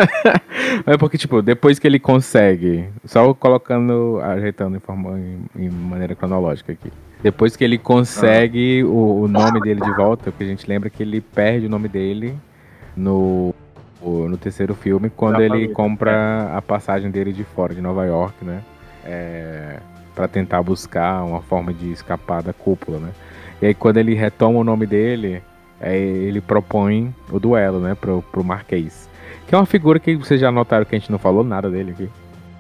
é porque, tipo, depois que ele consegue, só colocando, ajeitando em, forma, em, em maneira cronológica aqui, depois que ele consegue ah. o, o nome dele de volta, porque a gente lembra que ele perde o nome dele no, no terceiro filme, quando Já ele falei, compra é. a passagem dele de fora, de Nova York, né? É... para tentar buscar uma forma de escapar da cúpula, né? E aí quando ele retoma o nome dele, é, ele propõe o duelo, né, pro, pro Marquês. Que é uma figura que vocês já notaram que a gente não falou nada dele aqui.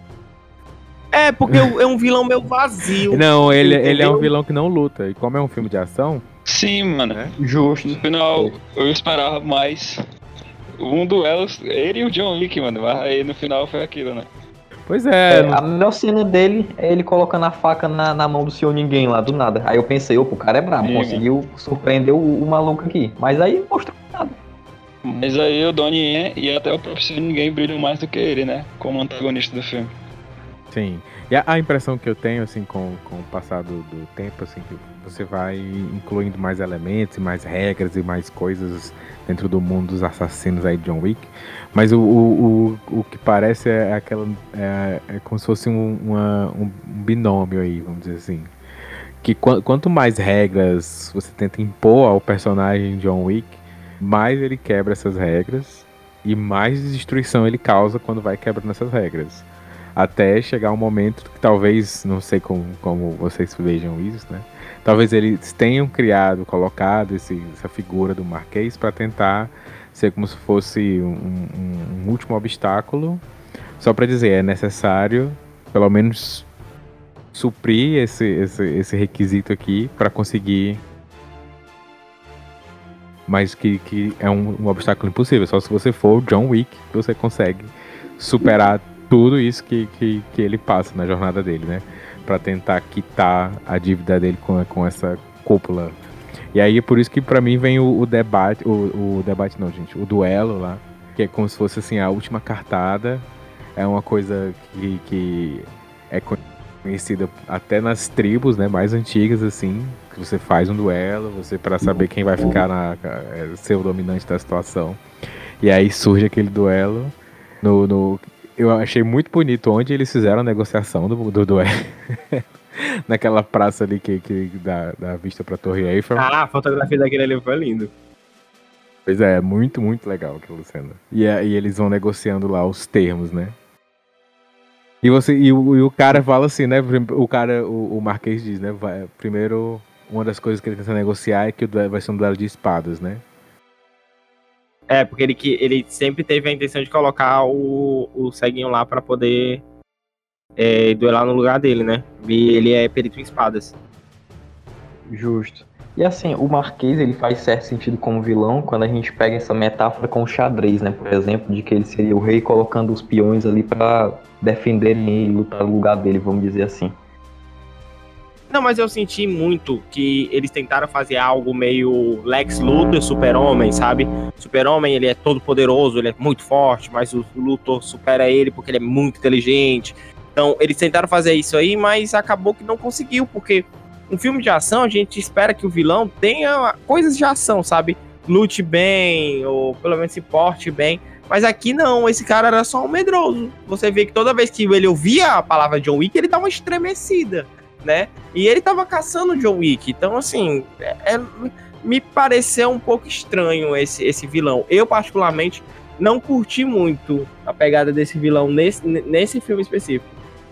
É, porque é um vilão meio vazio. Não, ele, ele é um vilão que não luta. E como é um filme de ação... Sim, mano. É? Justo. No final, eu esperava mais um duelo, ele e o John Wick, mano. Mas aí no final foi aquilo, né? Pois é. é não... A melhor cena dele é ele colocando a faca na, na mão do senhor ninguém lá, do nada. Aí eu pensei, opa, o cara é brabo, Sim, conseguiu mano. surpreender o, o maluco aqui. Mas aí não mostrou nada. Mas aí o Donnie Yen e até o próprio senhor ninguém brilham mais do que ele, né? Como antagonista do filme. Sim. E a, a impressão que eu tenho, assim, com, com o passar do, do tempo, assim, que você vai incluindo mais elementos, e mais regras e mais coisas dentro do mundo dos assassinos aí de John Wick. Mas o, o, o, o que parece é aquela. É, é como se fosse um, uma, um binômio aí, vamos dizer assim. Que qu- quanto mais regras você tenta impor ao personagem John Wick, mais ele quebra essas regras e mais destruição ele causa quando vai quebrando essas regras. Até chegar um momento que talvez, não sei como, como vocês vejam isso, né? Talvez eles tenham criado, colocado esse, essa figura do Marquês para tentar ser como se fosse um, um, um último obstáculo, só para dizer, é necessário pelo menos suprir esse, esse, esse requisito aqui para conseguir, mas que, que é um, um obstáculo impossível, só se você for o John Wick que você consegue superar tudo isso que, que, que ele passa na jornada dele, né? pra tentar quitar a dívida dele com, com essa cúpula. E aí é por isso que pra mim vem o, o debate, o, o debate não, gente, o duelo lá, que é como se fosse assim, a última cartada. É uma coisa que, que é conhecida até nas tribos, né, mais antigas, assim, que você faz um duelo, você para saber quem vai ficar na ser o dominante da situação. E aí surge aquele duelo. No, no, eu achei muito bonito onde eles fizeram a negociação do, do duelo. Naquela praça ali que, que dá, dá vista pra Torre Eiffel. Ah, a fotografia daquele ali foi lindo. Pois é, muito, muito legal aquela cena. E, e eles vão negociando lá os termos, né? E, você, e, o, e o cara fala assim, né? O cara, o, o Marquês diz, né? Vai, primeiro, uma das coisas que ele tenta negociar é que o duelo vai ser um duelo de espadas, né? É, porque ele, ele sempre teve a intenção de colocar o, o ceguinho lá pra poder é, duelar no lugar dele, né? E ele é perito em espadas. Justo. E assim, o Marquês, ele faz certo sentido como vilão quando a gente pega essa metáfora com o xadrez, né? Por exemplo, de que ele seria o rei colocando os peões ali pra defenderem ele e lutar no lugar dele, vamos dizer assim. Não, mas eu senti muito que eles tentaram fazer algo meio Lex Luthor, Super-Homem, sabe? Super-Homem, ele é todo poderoso, ele é muito forte, mas o Luthor supera ele porque ele é muito inteligente. Então, eles tentaram fazer isso aí, mas acabou que não conseguiu, porque um filme de ação, a gente espera que o vilão tenha coisas de ação, sabe? Lute bem, ou pelo menos se porte bem. Mas aqui não, esse cara era só um medroso. Você vê que toda vez que ele ouvia a palavra John Wick, ele dá uma estremecida, né? E ele tava caçando o John Wick. Então, assim, é, é, me pareceu um pouco estranho esse, esse vilão. Eu, particularmente, não curti muito a pegada desse vilão nesse, nesse filme específico.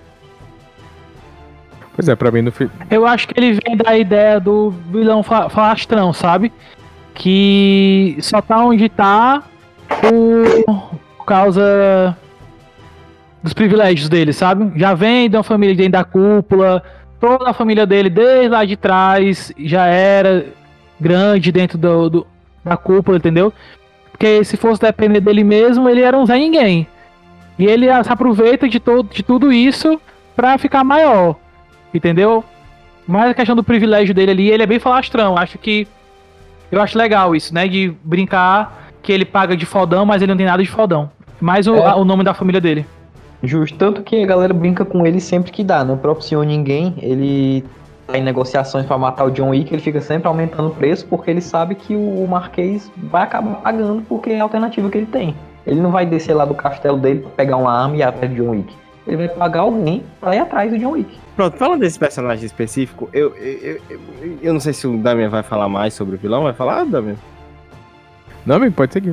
Pois é, pra mim no filme... Eu acho que ele vem da ideia do vilão falastrão, sabe? Que só tá onde tá por, por causa dos privilégios dele, sabe? Já vem de uma família dentro da cúpula, toda a família dele desde lá de trás já era grande dentro do, do, da cúpula, entendeu? Porque se fosse depender dele mesmo, ele era um Zé Ninguém. E ele se aproveita de, todo, de tudo isso pra ficar maior, entendeu? Mas a questão do privilégio dele ali, ele é bem falastrão. Acho que eu acho legal isso, né? De brincar que ele paga de fodão, mas ele não tem nada de fodão. Mais o, É. o nome da família dele. Justo, tanto que a galera brinca com ele sempre que dá, né? O próprio senhor Ninguém, ele tá em negociações pra matar o John Wick, ele fica sempre aumentando o preço porque ele sabe que o Marquês vai acabar pagando porque é a alternativa que ele tem. Ele não vai descer lá do castelo dele pra pegar uma arma e ir atrás do John Wick. Ele vai pagar alguém pra ir atrás do John Wick. Pronto, falando desse personagem específico, eu, eu, eu, eu não sei se o Damian vai falar mais sobre o vilão. Vai falar, Damian? Não, amigo, pode seguir.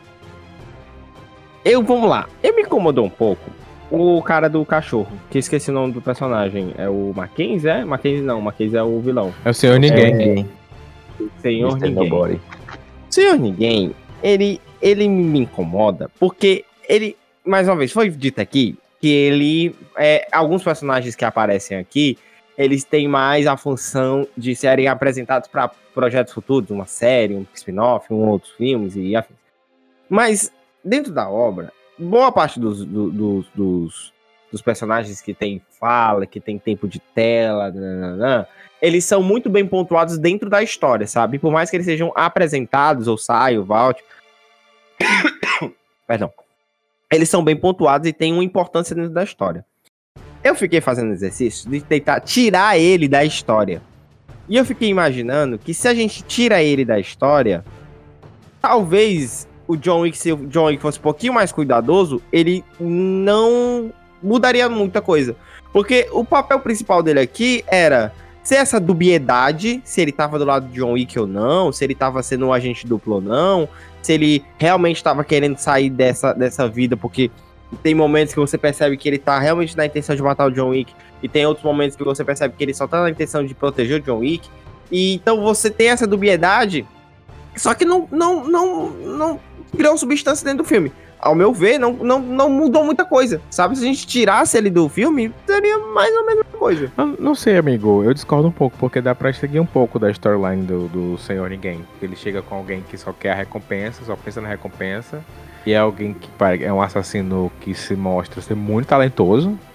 Eu, vamos lá. Eu me incomodou um pouco o cara do cachorro, que esqueci o nome do personagem. É o Mackenzie, é? Mackenzie não, Mackenzie é o vilão. É o senhor Ninguém. É, Senhor mister Ninguém. Nobody. Senhor Ninguém, ele, ele me incomoda porque ele, mais uma vez, foi dito aqui que ele, é, alguns personagens que aparecem aqui, eles têm mais a função de serem apresentados para projetos futuros, uma série, um spin-off, um outros filmes e afins. Mas, dentro da obra, boa parte dos, do, dos, dos, dos personagens que tem fala, que tem tempo de tela, nananã, eles são muito bem pontuados dentro da história, sabe? Por mais que eles sejam apresentados, ou saiam, volte... Perdão. Eles são bem pontuados e têm uma importância dentro da história. Eu fiquei fazendo exercício de tentar tirar ele da história. E eu fiquei imaginando que se a gente tira ele da história, talvez o John Wick, se o John Wick fosse um pouquinho mais cuidadoso, ele não mudaria muita coisa. Porque o papel principal dele aqui era ser essa dubiedade, se ele tava do lado de John Wick ou não, se ele tava sendo um agente duplo ou não, se ele realmente estava querendo sair dessa, dessa vida, porque tem momentos que você percebe que ele tá realmente na intenção de matar o John Wick, e tem outros momentos que você percebe que ele só tá na intenção de proteger o John Wick, e então você tem essa dubiedade, só que não, não, não, não criou substância dentro do filme. Ao meu ver, não, não, não mudou muita coisa, sabe? Se a gente tirasse ele do filme, seria mais ou menos a mesma coisa. Não, não sei, amigo, eu discordo um pouco, porque dá pra seguir um pouco da storyline do, do Senhor Ninguém. Ele chega com alguém que só quer a recompensa, só pensa na recompensa, e é alguém que é um assassino que se mostra ser muito talentoso.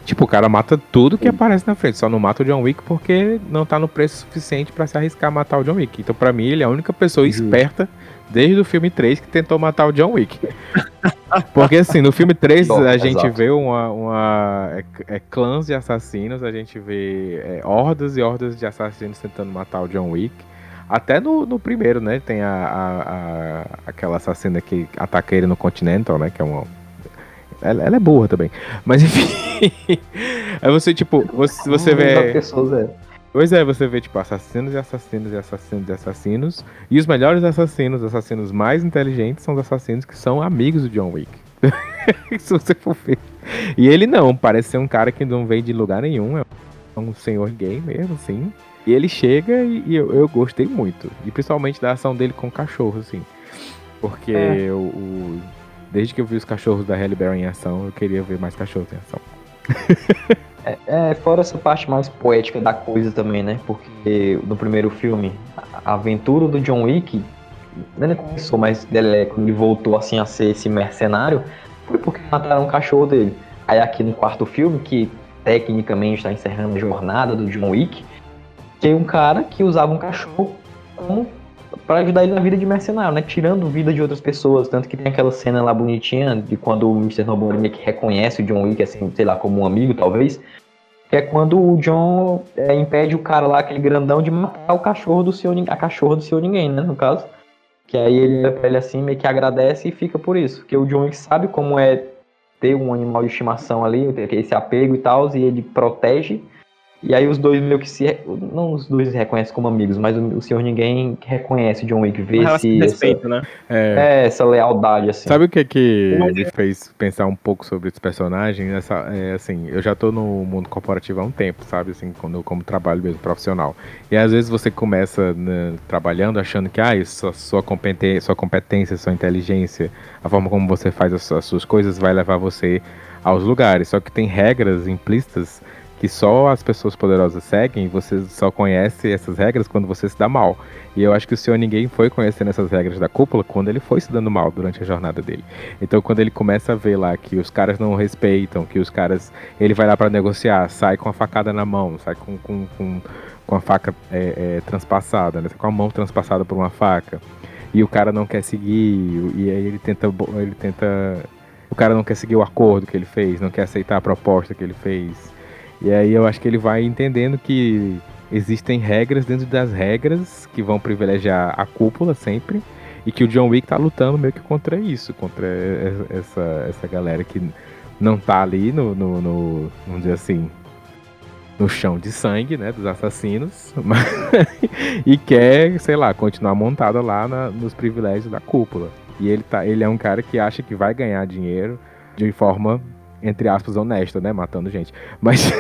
Tipo, o cara mata tudo que aparece na frente, só não mata o John Wick porque não tá no preço suficiente pra se arriscar a matar o John Wick. Então, pra mim, ele é a única pessoa esperta desde o filme três que tentou matar o John Wick. Porque, assim, no filme três a gente Exato. vê uma, uma é, é, clãs de assassinos, a gente vê é, hordas e hordas de assassinos tentando matar o John Wick. Até no, no primeiro, né, tem a, a, a, aquela assassina que ataca ele no Continental, né, que é uma... Ela, ela é burra também. Mas, enfim... Aí você, tipo, você, você vê... Pessoas, é. Pois é, você vê, tipo, assassinos e assassinos e assassinos e assassinos. E os melhores assassinos, os assassinos mais inteligentes, são os assassinos que são amigos do John Wick. Se você for ver. E ele não, parece ser um cara que não vem de lugar nenhum. É um senhor gay mesmo, assim. E ele chega e, e eu, eu gostei muito. E principalmente da ação dele com o cachorro, assim. Porque É. o, o- desde que eu vi os cachorros da Halle Berry em ação, eu queria ver mais cachorros em ação. É, fora essa parte mais poética da coisa também, né? Porque no primeiro filme, a aventura do John Wick, não começou, mas ele, quando ele voltou assim a ser esse mercenário, foi porque mataram o cachorro dele. Aí aqui no quarto filme, que tecnicamente está encerrando a jornada do John Wick, tem um cara que usava um cachorro como para ajudar ele na vida de mercenário, né? Tirando vida de outras pessoas. Tanto que tem aquela cena lá bonitinha de quando o mister Nobody meio que reconhece o John Wick, assim, sei lá, como um amigo, talvez. Que é quando o John é, impede o cara lá, aquele grandão, de matar o cachorro do senhor, a cachorra do senhor ninguém, né? No caso. Que aí ele olha pra ele assim, meio que agradece e fica por isso. Porque o John Wick sabe como é ter um animal de estimação ali, ter esse apego e tal, e ele protege. E aí os dois meio que se... Não os dois se reconhecem como amigos, mas o, o senhor ninguém reconhece o John Wick, vê Ela esse, se essa, respeita, né? É, é, essa lealdade, assim. sabe o que que Mas me fez pensar um pouco sobre esse personagem? Essa, é, assim, eu já tô no mundo corporativo há um tempo, sabe? Assim, quando eu como trabalho mesmo profissional. E às vezes você começa né, trabalhando achando que ah, sua, sua, competência, sua competência, sua inteligência, a forma como você faz as, as suas coisas vai levar você aos lugares. Só que tem regras implícitas que só as pessoas poderosas seguem, e você só conhece essas regras quando você se dá mal. E eu acho que o senhor ninguém foi conhecendo essas regras da cúpula quando ele foi se dando mal durante a jornada dele. Então quando ele começa a ver lá que os caras não respeitam, que os caras... Ele vai lá pra negociar, sai com a facada na mão, sai com, com, com, com a faca é, é, transpassada, né? Com a mão transpassada por uma faca. E o cara não quer seguir, e aí ele tenta... Ele tenta o cara não quer seguir o acordo que ele fez, não quer aceitar a proposta que ele fez. E aí eu acho que ele vai entendendo que existem regras dentro das regras que vão privilegiar a cúpula sempre, e que o John Wick tá lutando meio que contra isso, contra essa, essa galera que não tá ali no, no, no vamos dizer assim, no chão de sangue, né, dos assassinos, mas, e quer, sei lá, continuar montada lá na, nos privilégios da cúpula. E ele, tá, ele é um cara que acha que vai ganhar dinheiro de forma... entre aspas, honesta, né? Matando gente. Mas.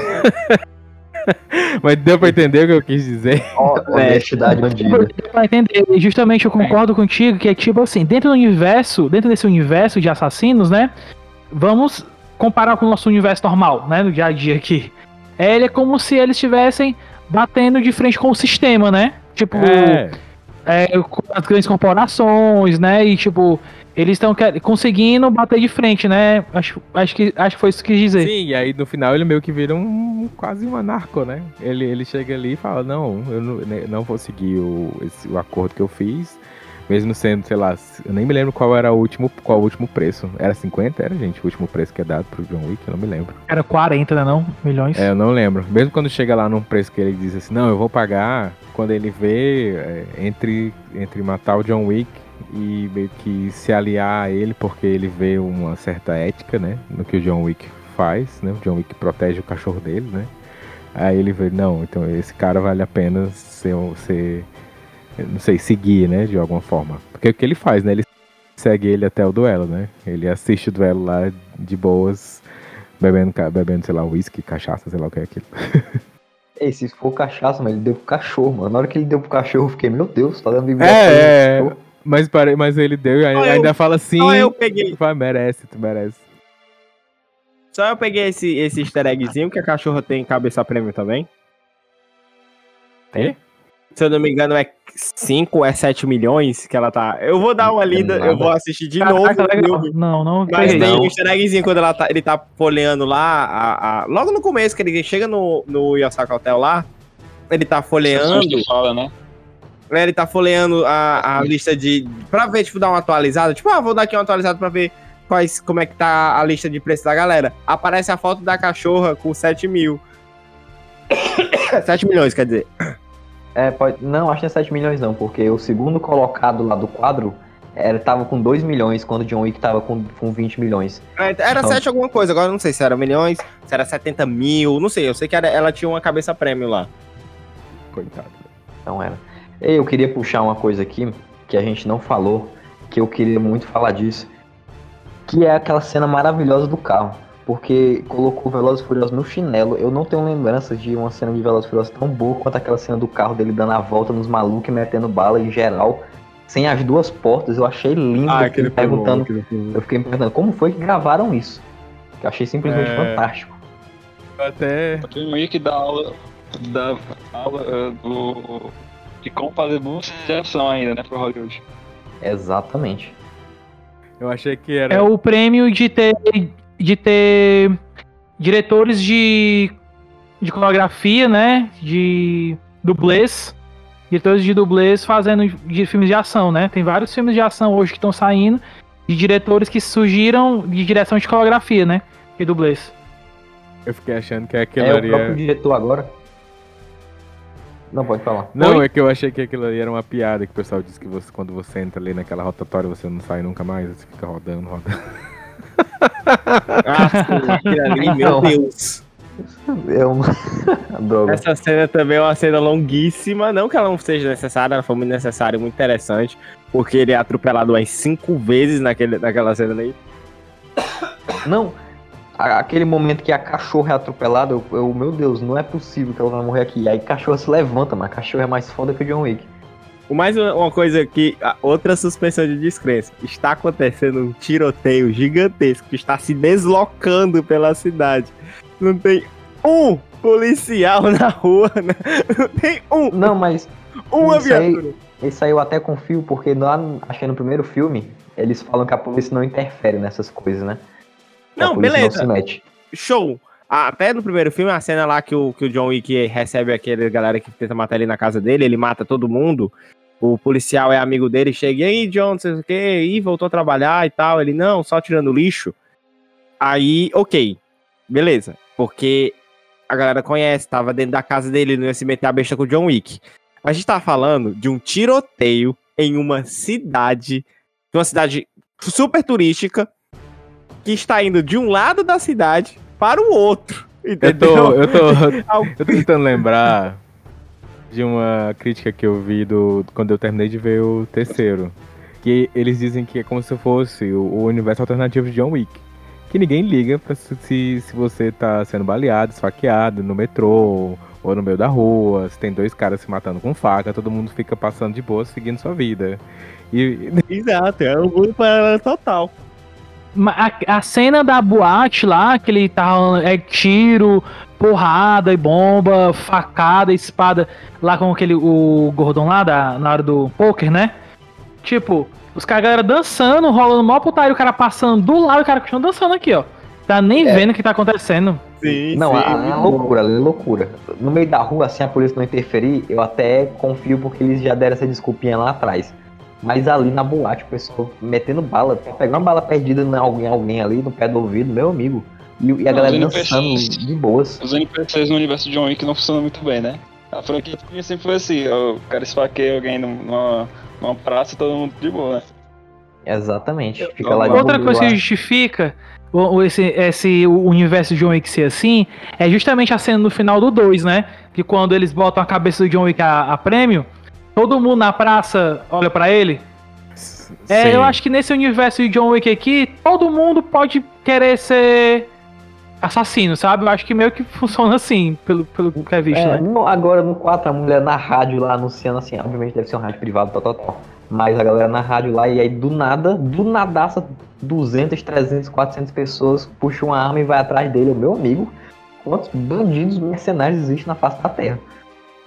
Mas deu pra entender o que eu quis dizer? Honestidade bandida. Deu pra entender. E justamente eu concordo contigo que é tipo assim, dentro do universo, dentro desse universo de assassinos, né? Vamos comparar com o nosso universo normal, né? No dia a dia aqui. É, ele é como se eles estivessem batendo de frente com o sistema, né? Tipo, É. é, com as grandes corporações, né? E tipo, eles estão conseguindo bater de frente, né? Acho, acho, que, acho que foi isso que quis dizer. Sim, e aí no final ele meio que vira um quase um anarco, né? Ele, ele chega ali e fala, não, eu não, não vou seguir o, esse, o acordo que eu fiz. Mesmo sendo, sei lá, eu nem me lembro qual era o último, qual o último preço. Era cinquenta? Era, gente, o último preço que é dado pro John Wick? Eu não me lembro. Era quarenta, né não? Milhões. É, eu não lembro. Mesmo quando chega lá num preço que ele diz assim, não, eu vou pagar, quando ele vê é, entre, entre matar o John Wick e meio que se aliar a ele, porque ele vê uma certa ética, né, no que o John Wick faz, né, o John Wick protege o cachorro dele, né, aí ele vê, não, então esse cara vale a pena ser, ser não sei, seguir, né, de alguma forma, porque o que ele faz, né, ele segue ele até o duelo, né, ele assiste o duelo lá de boas, bebendo, bebendo sei lá, uísque, cachaça, sei lá o que é aquilo. Ei, se for cachaça, mas ele deu pro cachorro, mano. Na hora que ele deu pro cachorro, eu fiquei, meu Deus, tá dando bebida. É, é, mas, pare, mas ele deu e Só ainda eu- fala assim. Só eu peguei. Vai, merece, tu merece. Só eu peguei esse, esse easter eggzinho que a cachorra tem cabeça prêmio também. Tem? se eu não me engano, é cinco ou é sete milhões que ela tá. Eu vou dar uma lida, eu vou assistir de novo. Caraca, o legal. filme. Não, não. Mas peguei. tem não. um easter eggzinho quando ela tá, ele tá folheando lá, a, a- logo no começo, que ele chega no, no Yosaka Hotel lá, ele tá folheando, Que fala, né? né, ele tá folheando a, a lista de, pra ver, tipo, dar uma atualizada, tipo, ah, vou dar aqui uma atualizada pra ver quais, como é que tá a lista de preço da galera. Aparece a foto da cachorra com sete mil. sete milhões, quer dizer. É, pode... Não, acho que não é sete milhões não, porque o segundo colocado lá do quadro era, tava com dois milhões, quando o John Wick tava com, com vinte milhões. É, Era Então- sete alguma coisa, agora eu não sei se era milhões, se era setenta mil, não sei, eu sei que era, ela tinha uma cabeça prêmio lá. Coitado. Então era. E eu queria puxar uma coisa aqui, que a gente não falou, que eu queria muito falar disso, que é aquela cena maravilhosa do carro. Porque colocou Velozes e Furiosos no chinelo. Eu não tenho lembranças de uma cena de Velozes e Furiosos tão boa quanto aquela cena do carro dele dando a volta nos malucos e metendo bala em geral, sem as duas portas. Eu achei lindo. Ah, eu fiquei perguntando, eu fiquei me perguntando como foi que gravaram isso. Que eu achei simplesmente É. fantástico. Até. O John Wick dá aula, dá aula uh, do, de como fazer boa de ação ainda, né, pro Hollywood. Exatamente. Eu achei que era. É o prêmio de ter, de ter diretores de, de coreografia, né? De dublês. Diretores de dublês fazendo de filmes de ação, né? Tem vários filmes de ação hoje que estão saindo de diretores que surgiram de direção de coreografia, né? E dublês. Eu fiquei achando que aquilo É o ali. próprio Era... diretor agora. Não pode falar. Não, Oi? é que eu achei que aquilo ali era uma piada, que o pessoal diz que você, quando você entra ali naquela rotatória você não sai nunca mais, você fica rodando, rodando. Ah, sim, aquilo ali, meu Não. Deus. Eu não... Droga. Essa cena também é uma cena longuíssima, não que ela não seja necessária, ela foi muito necessária e muito interessante, porque ele é atropelado umas cinco vezes naquele, naquela cena aí. Não, a- aquele momento que a cachorra é atropelada, eu, eu, meu Deus, não é possível que ela vai morrer aqui. Aí a cachorra se levanta, mas a cachorra é mais foda que o John Wick. O mais uma uma coisa que, a- outra suspensão de descrença, está acontecendo um tiroteio gigantesco que está se deslocando pela cidade. Não tem um policial na rua, né? Não tem um, Não, mas uma isso aí- viatura. esse aí eu até confio, porque lá, no- acho que no primeiro filme, eles falam que a polícia não interfere nessas coisas, né? Que a Não, polícia beleza. Não se mete. Show. Até no primeiro filme, a cena lá que o, que o John Wick recebe aquele galera que tenta matar ele na casa dele, ele mata todo mundo. O policial é amigo dele, chega, e aí, John, não sei o que, e voltou a trabalhar e tal. Ele, não, só tirando lixo. Aí, ok, beleza. Porque a galera conhece, tava dentro da casa dele, não ia se meter a besta com o John Wick. A gente tá falando de um tiroteio em uma cidade, uma cidade super turística, que está indo de um lado da cidade para o outro. Eu Entendeu? tô, eu tô, eu tô tentando lembrar de uma crítica que eu vi do, quando eu terminei de ver o terceiro. Que eles dizem que é como se fosse o, o universo alternativo de John Wick. Que ninguém liga pra se, se, se você tá sendo baleado, esfaqueado no metrô ou no meio da rua, se tem dois caras se matando com faca, todo mundo fica passando de boa, seguindo sua vida. E Exato, é um mundo paralelo total. Ma- A, a cena da boate lá, que ele tá rolando, é tiro, porrada e bomba, facada, espada, lá com aquele, o Gordon lá, da, na hora do poker, né? Tipo, os caras galera dançando, rolando mó putaria, o cara passando do lado, o cara continua dançando aqui, ó. Tá nem É. vendo o que tá acontecendo. Sim, Não, sim, a, a muito bom. loucura, ali é loucura. No meio da rua, assim, a polícia não interferir, eu até confio porque eles já deram essa desculpinha lá atrás. Mas ali na boate, o pessoal metendo bala, pegar uma bala perdida em alguém, alguém ali no pé do ouvido, meu amigo. E, e a Não, galera os dançando N P Cs. de boas. Os N P Cs no universo de John Wick não funcionam muito bem, né? A franquia sempre foi assim, o cara esfaqueia alguém numa, numa praça e todo mundo de boa, né? Exatamente. Fica Eu- lá de Outra boa coisa lá. que justifica o, o- esse, esse o universo de John Wick ser assim é justamente a cena no final do dois, né? Que quando eles botam a cabeça do John Wick a, a prêmio, todo mundo na praça olha pra ele. É, sim. eu acho que nesse universo de John Wick aqui, todo mundo pode querer ser assassino, sabe? Eu acho que meio que funciona assim, pelo, pelo que é visto, É, né? no- agora no quatro, a mulher na rádio lá anunciando assim, obviamente deve ser um rádio privado, tal, tal, tal. Mas a galera na rádio lá, e aí do nada, do nadaça, duzentas, trezentas, quatrocentas pessoas puxam uma arma e vai atrás dele. Meu amigo, quantos bandidos mercenários existem na face da terra?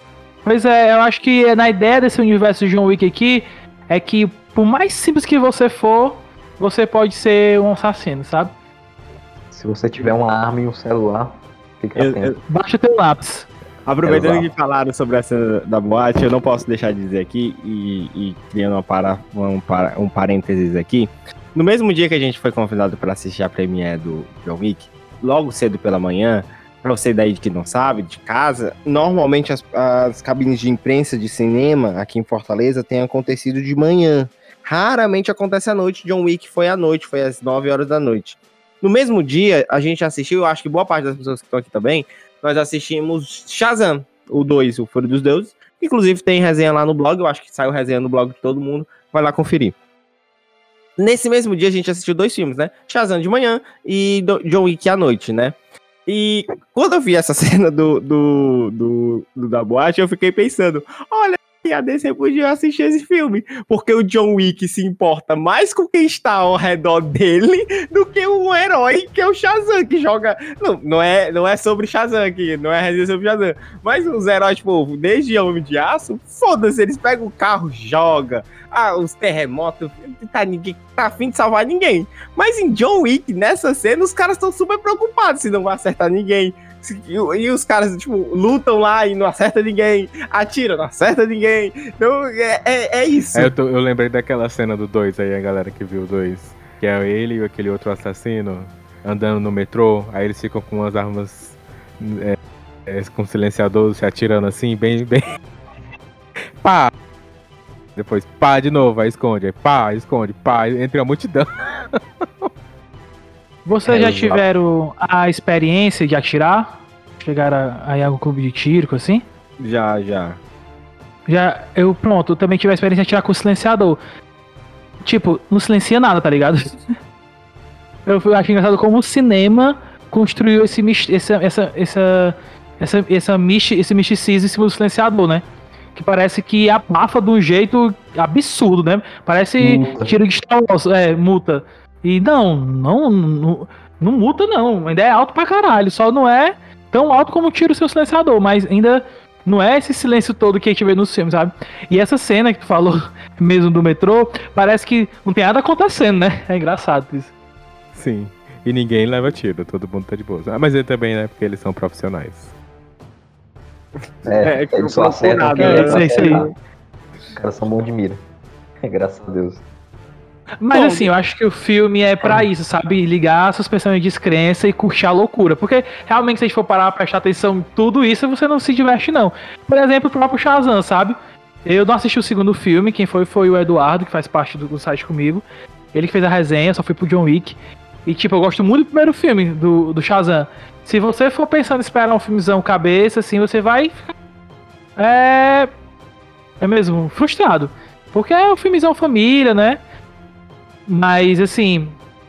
Pois é, eu acho que na ideia desse universo de John Wick aqui, é que por mais simples que você for, você pode ser um assassino, sabe? Se você tiver uma arma e um celular, fica Eu- atento. Baixa teu lápis. Aproveitando Exato. que falaram sobre essa da boate, eu não posso deixar de dizer aqui, e, e criando uma para, um, para, um parênteses aqui, no mesmo dia que a gente foi convidado para assistir a premiere do John Wick, logo cedo pela manhã, para você daí que não sabe, de casa, normalmente as, as cabines de imprensa de cinema aqui em Fortaleza têm acontecido de manhã. Raramente acontece à noite. John Wick foi à noite, foi às nove horas da noite. No mesmo dia, a gente assistiu, eu acho que boa parte das pessoas que estão aqui também, nós assistimos Shazam, o dois, o Fúria dos Deuses. Inclusive tem resenha lá no blog, eu acho que saiu resenha no blog de todo mundo, vai lá conferir. Nesse mesmo dia a gente assistiu dois filmes, né? Shazam de manhã e do- John Wick à noite, né? E quando eu vi essa cena do, do, do, do da boate, eu fiquei pensando, olha, a D C podia assistir esse filme, porque o John Wick se importa mais com quem está ao redor dele do que um herói que é o Shazam, que joga... Não, não é, não é sobre Shazam aqui, não é resenha sobre Shazam, mas os heróis, tipo, desde Homem de Aço, foda-se, eles pegam o carro, joga, ah, os terremotos, tá, ninguém, tá afim de salvar ninguém. Mas em John Wick, nessa cena, os caras estão super preocupados se não vai acertar ninguém. Se- E, e os caras, tipo, lutam lá e não acerta ninguém, atiram, não acerta ninguém. Então, é, é, é isso. É, eu, tô- eu lembrei daquela cena do dois aí, a galera que viu o dois. Que é ele e aquele outro assassino andando no metrô. Aí eles ficam com umas armas é, é, com silenciador se atirando assim, bem, bem. Pá! Depois pá de novo, aí esconde, aí pá, esconde, pá, entre a multidão. Vocês É, já exato. tiveram a experiência de atirar? Chegaram a, a ir a algum clube de tiro, coisa assim? Já, já. Já, eu, pronto, eu também tive a experiência de atirar com silenciador. Tipo, não silencia nada, tá ligado? Eu fui- acho engraçado como o cinema construiu esse, mis- essa, essa, essa, essa, essa misti- esse misticismo em cima do silenciador, né? Que parece que abafa de um jeito absurdo, né? Parece Multa. tiro de Star Wars, é, multa. E não, não, não, não multa não, ainda é alto pra caralho, só não é tão alto como tira o seu silenciador, mas ainda não é esse silêncio todo que a gente vê nos filmes, sabe? E essa cena que tu falou mesmo do metrô, parece que não tem nada acontecendo, né? É engraçado isso. Sim. E ninguém leva tiro, todo mundo tá de boa. Ah, mas ele também, né? Porque eles são profissionais. É, É, que eles não só acertam procurado, quem né? eles É, isso aí. acertam. Os caras são bom de mira. Graças a Deus. Mas Bom, assim, eu acho que o filme é pra isso, sabe? Ligar a suspensão de descrença e curtir a loucura. Porque realmente, se a gente for parar pra prestar atenção em tudo isso, você não se diverte, não. Por exemplo, o próprio Shazam, sabe? Eu não assisti o segundo filme, quem foi foi o Eduardo, que faz parte do, do site comigo. Ele que fez a resenha, só fui pro John Wick. E tipo, eu gosto muito do primeiro filme, do, do Shazam. Se você for pensando em esperar um filmezão cabeça, assim, você vai ficar. É. É mesmo, frustrado. Porque é um filmezão família, né? Mas assim.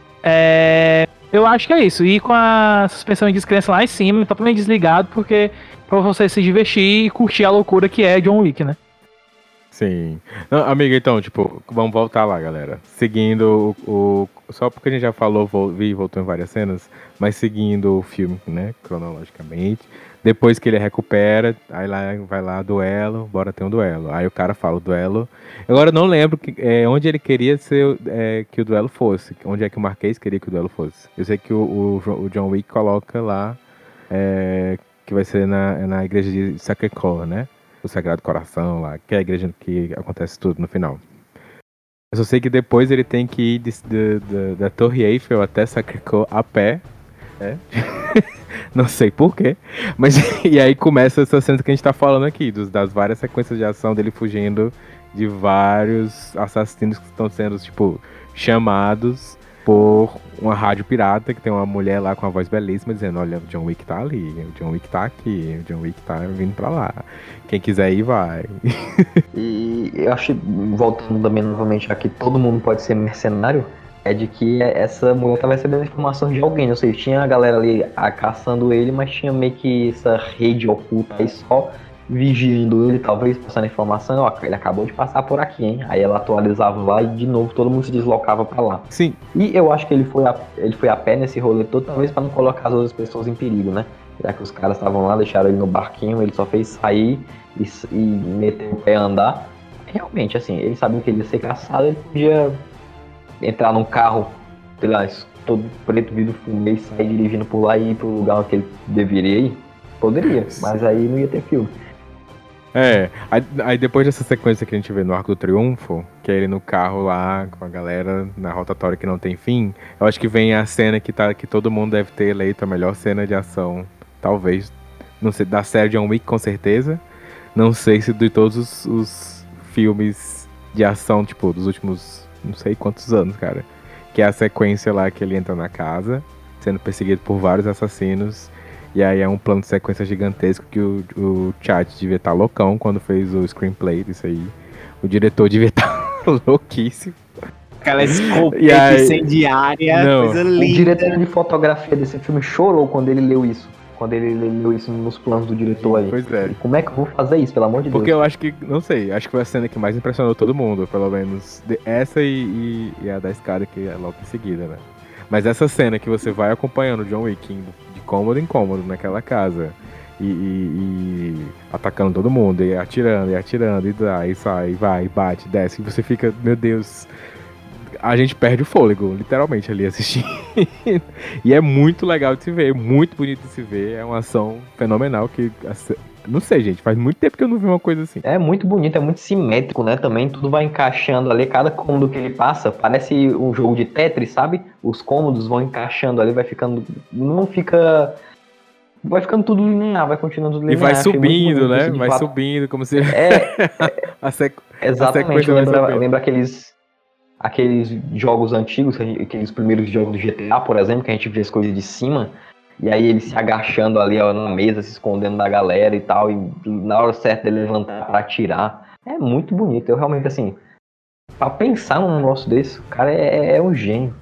É. Eu acho que é isso. E com a suspensão de descrença lá em cima, totalmente desligado, porque pra você se divertir e curtir a loucura que é John Wick, né? Sim. Não, amiga, então, tipo, vamos voltar lá, galera. Seguindo o, o- Só porque a gente já falou, vol- vi e voltou em várias cenas, mas seguindo o filme, né, cronologicamente. Depois que ele recupera, aí lá vai lá, duelo, bora ter um duelo. Aí o cara fala o duelo. Agora eu não lembro que, é, onde ele queria ser, é, que o duelo fosse. Onde é que o Marquês queria que o duelo fosse. Eu sei que o, o, Jo- o John Wick coloca lá é, que vai ser na, na igreja de Sacré-Cœur, né? O Sagrado Coração lá, que é a igreja que acontece tudo no final. Eu só sei que depois ele tem que ir de- de- de- da Torre Eiffel até Sacré-Cœur a pé. Né? Não sei porquê. Mas e aí começa essa cena que a gente tá falando aqui, dos, das várias sequências de ação dele fugindo de vários assassinos que estão sendo, tipo, chamados por uma rádio pirata, que tem uma mulher lá com a voz belíssima dizendo, olha, o John Wick tá ali, o John Wick tá aqui, o John Wick tá vindo pra lá. Quem quiser ir, vai. E eu acho, voltando também novamente aqui, todo mundo pode ser mercenário, é de que essa mulher tava recebendo informações de alguém, ou seja, tinha a galera ali a, caçando ele, mas tinha meio que essa rede oculta aí só vigiando ele, talvez passando informação, ó, ele acabou de passar por aqui, hein? Aí ela atualizava lá e de novo todo mundo se deslocava pra lá. Sim, E eu acho que ele foi a, ele foi a pé nesse rolê todo, talvez pra não colocar as outras pessoas em perigo, né? Já que os caras estavam lá, deixaram ele no barquinho, ele só fez sair e, e meter o pé a andar. Realmente, assim, ele sabia que ele ia ser caçado, ele podia entrar num carro, sei lá, todo preto, vidro fumê, e sair dirigindo por lá e ir pro lugar que ele deveria ir. Poderia, mas aí não ia ter filme. É, aí, aí depois dessa sequência que a gente vê no Arco do Triunfo, que é ele no carro lá, com a galera na rotatória que não tem fim, eu acho que vem a cena que, tá, que todo mundo deve ter eleito a melhor cena de ação, talvez, não sei, da série John Wick com certeza, não sei se de todos os, os filmes de ação, tipo, dos últimos, não sei quantos anos, cara, que é a sequência lá que ele entra na casa, sendo perseguido por vários assassinos. E aí é um plano de sequência gigantesco que o, o Chad devia estar loucão quando fez o screenplay disso aí. O diretor devia estar louquíssimo. Aquela escopeta aí... incendiária, Não. coisa O linda. diretor de fotografia desse filme chorou quando ele leu isso. Quando ele leu isso nos planos do diretor aí. Pois é. E como é que eu vou fazer isso, pelo amor de Porque Deus? eu acho que, não sei, acho que foi a cena que mais impressionou todo mundo, pelo menos. De- Essa e, e, e a da escada, que é logo em seguida, né? Mas essa cena que você vai acompanhando o John Wick indo de cômodo em cômodo naquela casa e, e- e atacando todo mundo, e atirando, e atirando, e dá, e sai, e vai, e bate, desce, e você fica, meu Deus, a gente perde o fôlego, literalmente, ali assistindo. E é muito legal de se ver, muito bonito de se ver, é uma ação fenomenal que, não sei, gente, faz muito tempo que eu não vi uma coisa assim. É muito bonito, é muito simétrico, né? Também tudo vai encaixando ali, cada cômodo que ele passa, parece um jogo de Tetris, sabe? Os cômodos vão encaixando ali, vai ficando. Não fica. Vai ficando tudo linear, vai continuando tudo E linear. vai Achei muito subindo, bonito, né? assim, de Vai fato. subindo, como se... É, a sequ... exatamente. sequência vai Lembra, subindo. lembra aqueles, aqueles jogos antigos, aqueles primeiros jogos do G T A, por exemplo, que a gente vê as coisas de cima. E aí ele se agachando ali ó, na mesa, se escondendo da galera e tal, e na hora certa ele levantar pra atirar. É muito bonito, eu realmente, assim, pra pensar num negócio desse, o cara é, é um gênio.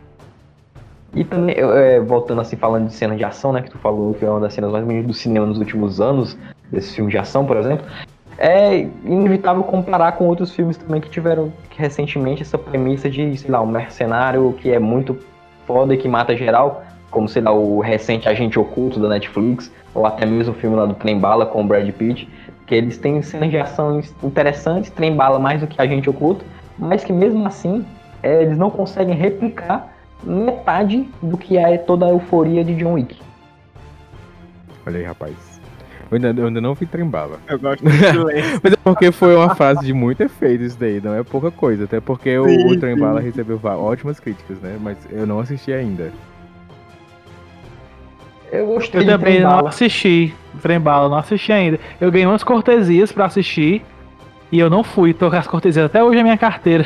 E também, eu, é, voltando assim, falando de cena de ação, né, que tu falou que é uma das cenas mais bonitas do cinema nos últimos anos, desse filme de ação, por exemplo, é inevitável comparar com outros filmes também que tiveram recentemente essa premissa de, sei lá, um mercenário que é muito foda e que mata geral, como, sei lá, o recente Agente Oculto da Netflix, ou até mesmo o filme lá do Trem Bala com o Brad Pitt, que eles têm cenas de ação interessantes, Trem Bala mais do que Agente Oculto, mas que mesmo assim, é, eles não conseguem replicar metade do que é toda a euforia de John Wick. Olha aí, rapaz. Eu ainda, eu ainda não vi Trembala. Eu gosto do silêncio. Mas é porque foi uma fase de muito efeito isso daí, não é pouca coisa. Até porque Sim, o, o sim. Trembala recebeu va- ótimas críticas, né? Mas eu não assisti ainda. Eu gostei Eu de também Trem não Bala. assisti. Trem Bala, não assisti ainda. Eu ganhei umas cortesias pra assistir e eu não fui. Tô com as cortesias até hoje na minha carteira.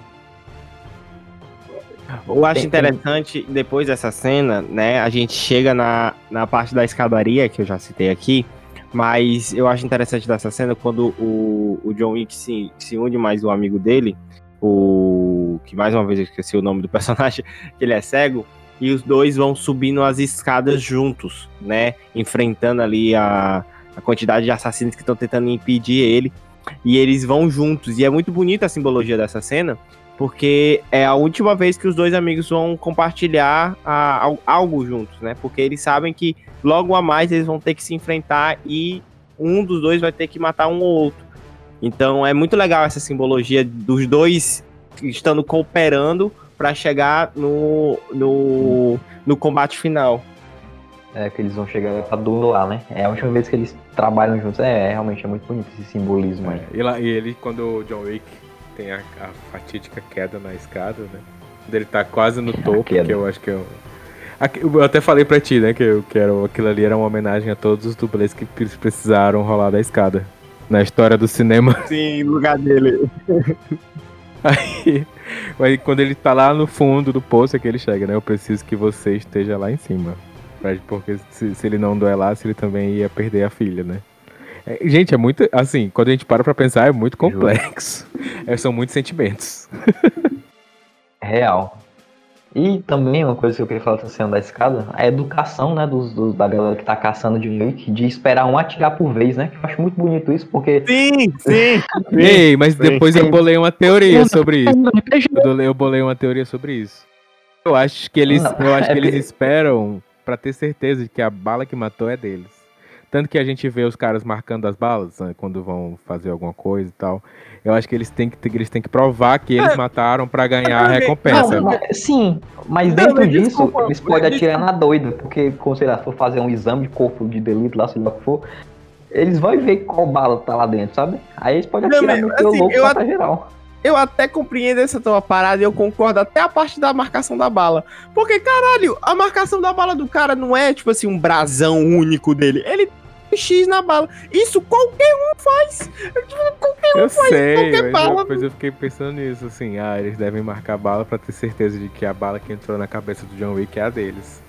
Eu acho Tem- interessante, depois dessa cena, né, a gente chega na, na parte da escadaria, que eu já citei aqui, mas eu acho interessante dessa cena quando o, o John Wick se, se une mais o amigo dele, o que mais uma vez eu esqueci o nome do personagem, que ele é cego, e os dois vão subindo as escadas juntos, né, enfrentando ali a, a quantidade de assassinos que estão tentando impedir ele, e eles vão juntos, e é muito bonita a simbologia dessa cena, porque é a última vez que os dois amigos vão compartilhar a- al- algo juntos, né? Porque eles sabem que logo a mais eles vão ter que se enfrentar e um dos dois vai ter que matar um ou outro. Então é muito legal essa simbologia dos dois estando cooperando para chegar no, no, no combate final. É, que eles vão chegar pra duelar, né? É a última vez que eles trabalham juntos. É, realmente é muito bonito esse simbolismo aí. É, e, lá, e ele, quando o John Wick tem a, a fatídica queda na escada, né? Quando ele tá quase no topo, queda. que eu acho que eu... Aqui- Eu até falei pra ti, né, que, eu, que era, aquilo ali era uma homenagem a todos os dublês que pre- precisaram rolar da escada. Na história do cinema. Sim, no lugar dele. Aí, aí quando ele tá lá no fundo do poço é que ele chega, né? Eu preciso que você esteja lá em cima. Pra- Porque se, se ele não duelasse, ele também ia perder a filha, né? É, gente, é muito. Assim, quando a gente para pra pensar, é muito complexo. É, são muitos sentimentos. Real. E também uma coisa que eu queria falar dessa cena da escada, a educação, né, dos, dos- da galera que tá caçando John Wick, de esperar um atirar por vez, né? Que eu acho muito bonito isso, porque Sim, sim. Ei, mas sim. depois eu bolei uma teoria sobre isso. R P G. Eu bolei- Eu bolei uma teoria sobre isso. Eu acho que eles, Não, eu acho é que eles porque- esperam pra ter certeza de que a bala que matou é deles. Tanto que a gente vê os caras marcando as balas, né, quando vão fazer alguma coisa e tal. Eu acho que eles têm que, eles têm que provar que eles mataram pra ganhar a recompensa. Não, mas- sim, mas Não, dentro mas disso, desculpa, eles podem mas atirar na doida, porque, como sei lá, for fazer um exame de corpo de delito lá, sei lá o que for, eles vão ver qual bala tá lá dentro, sabe? Aí eles podem Não, atirar mas, no teu assim, louco eu pra at- geral. Eu até compreendo essa tua parada e eu concordo até a parte da marcação da bala. Porque, caralho, a marcação da bala do cara não é, tipo assim, um brasão único dele. Ele tem X na bala. Isso qualquer um faz. Qualquer um Eu faz sei, qualquer mas bala. depois eu fiquei pensando nisso, assim, ah, eles devem marcar a bala pra ter certeza de que a bala que entrou na cabeça do John Wick é a deles.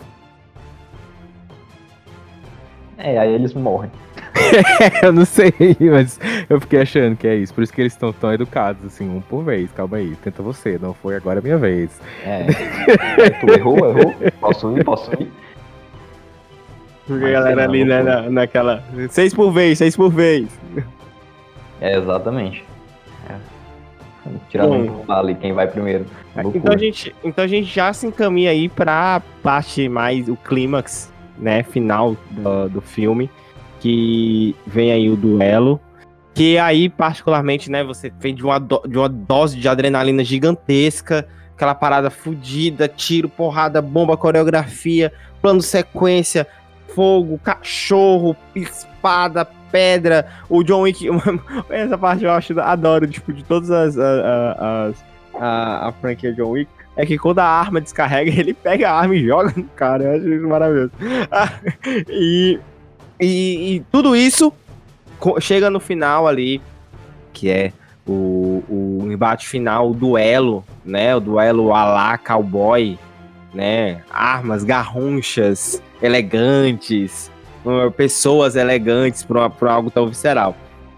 É, aí eles morrem. Eu não sei, mas eu fiquei achando que é isso. Por isso que eles estão tão educados, assim, um por vez. Calma aí, tenta você, não foi agora a minha vez. É. Aí tu errou, errou. Posso ir, posso ir. Porque a Mas galera sei ali, lá, né, loucura. na, naquela. Seis por vez, seis por vez. É, exatamente. É. Tirando Bom. um por ali, quem vai primeiro. Então Loucura. a, gente, então a gente já se encaminha aí pra parte mais, o clímax, né, final do, do filme, que vem aí o duelo, que aí particularmente, né, você vem de uma, do- de uma dose de adrenalina gigantesca, aquela parada fodida, tiro, porrada, bomba, coreografia, plano sequência, fogo, cachorro, espada, pedra, o John Wick, essa parte eu acho, adoro, tipo, de todas as, a, a, as- a, a franquia John Wick, é que quando a arma descarrega, ele pega a arma e joga no cara, eu acho isso maravilhoso. e, e, e tudo isso co- chega no final ali, que é o, o embate final, o duelo, né, o duelo a lá cowboy, né, armas, garrunchas, elegantes, uh, pessoas elegantes pra, pra algo tão visceral.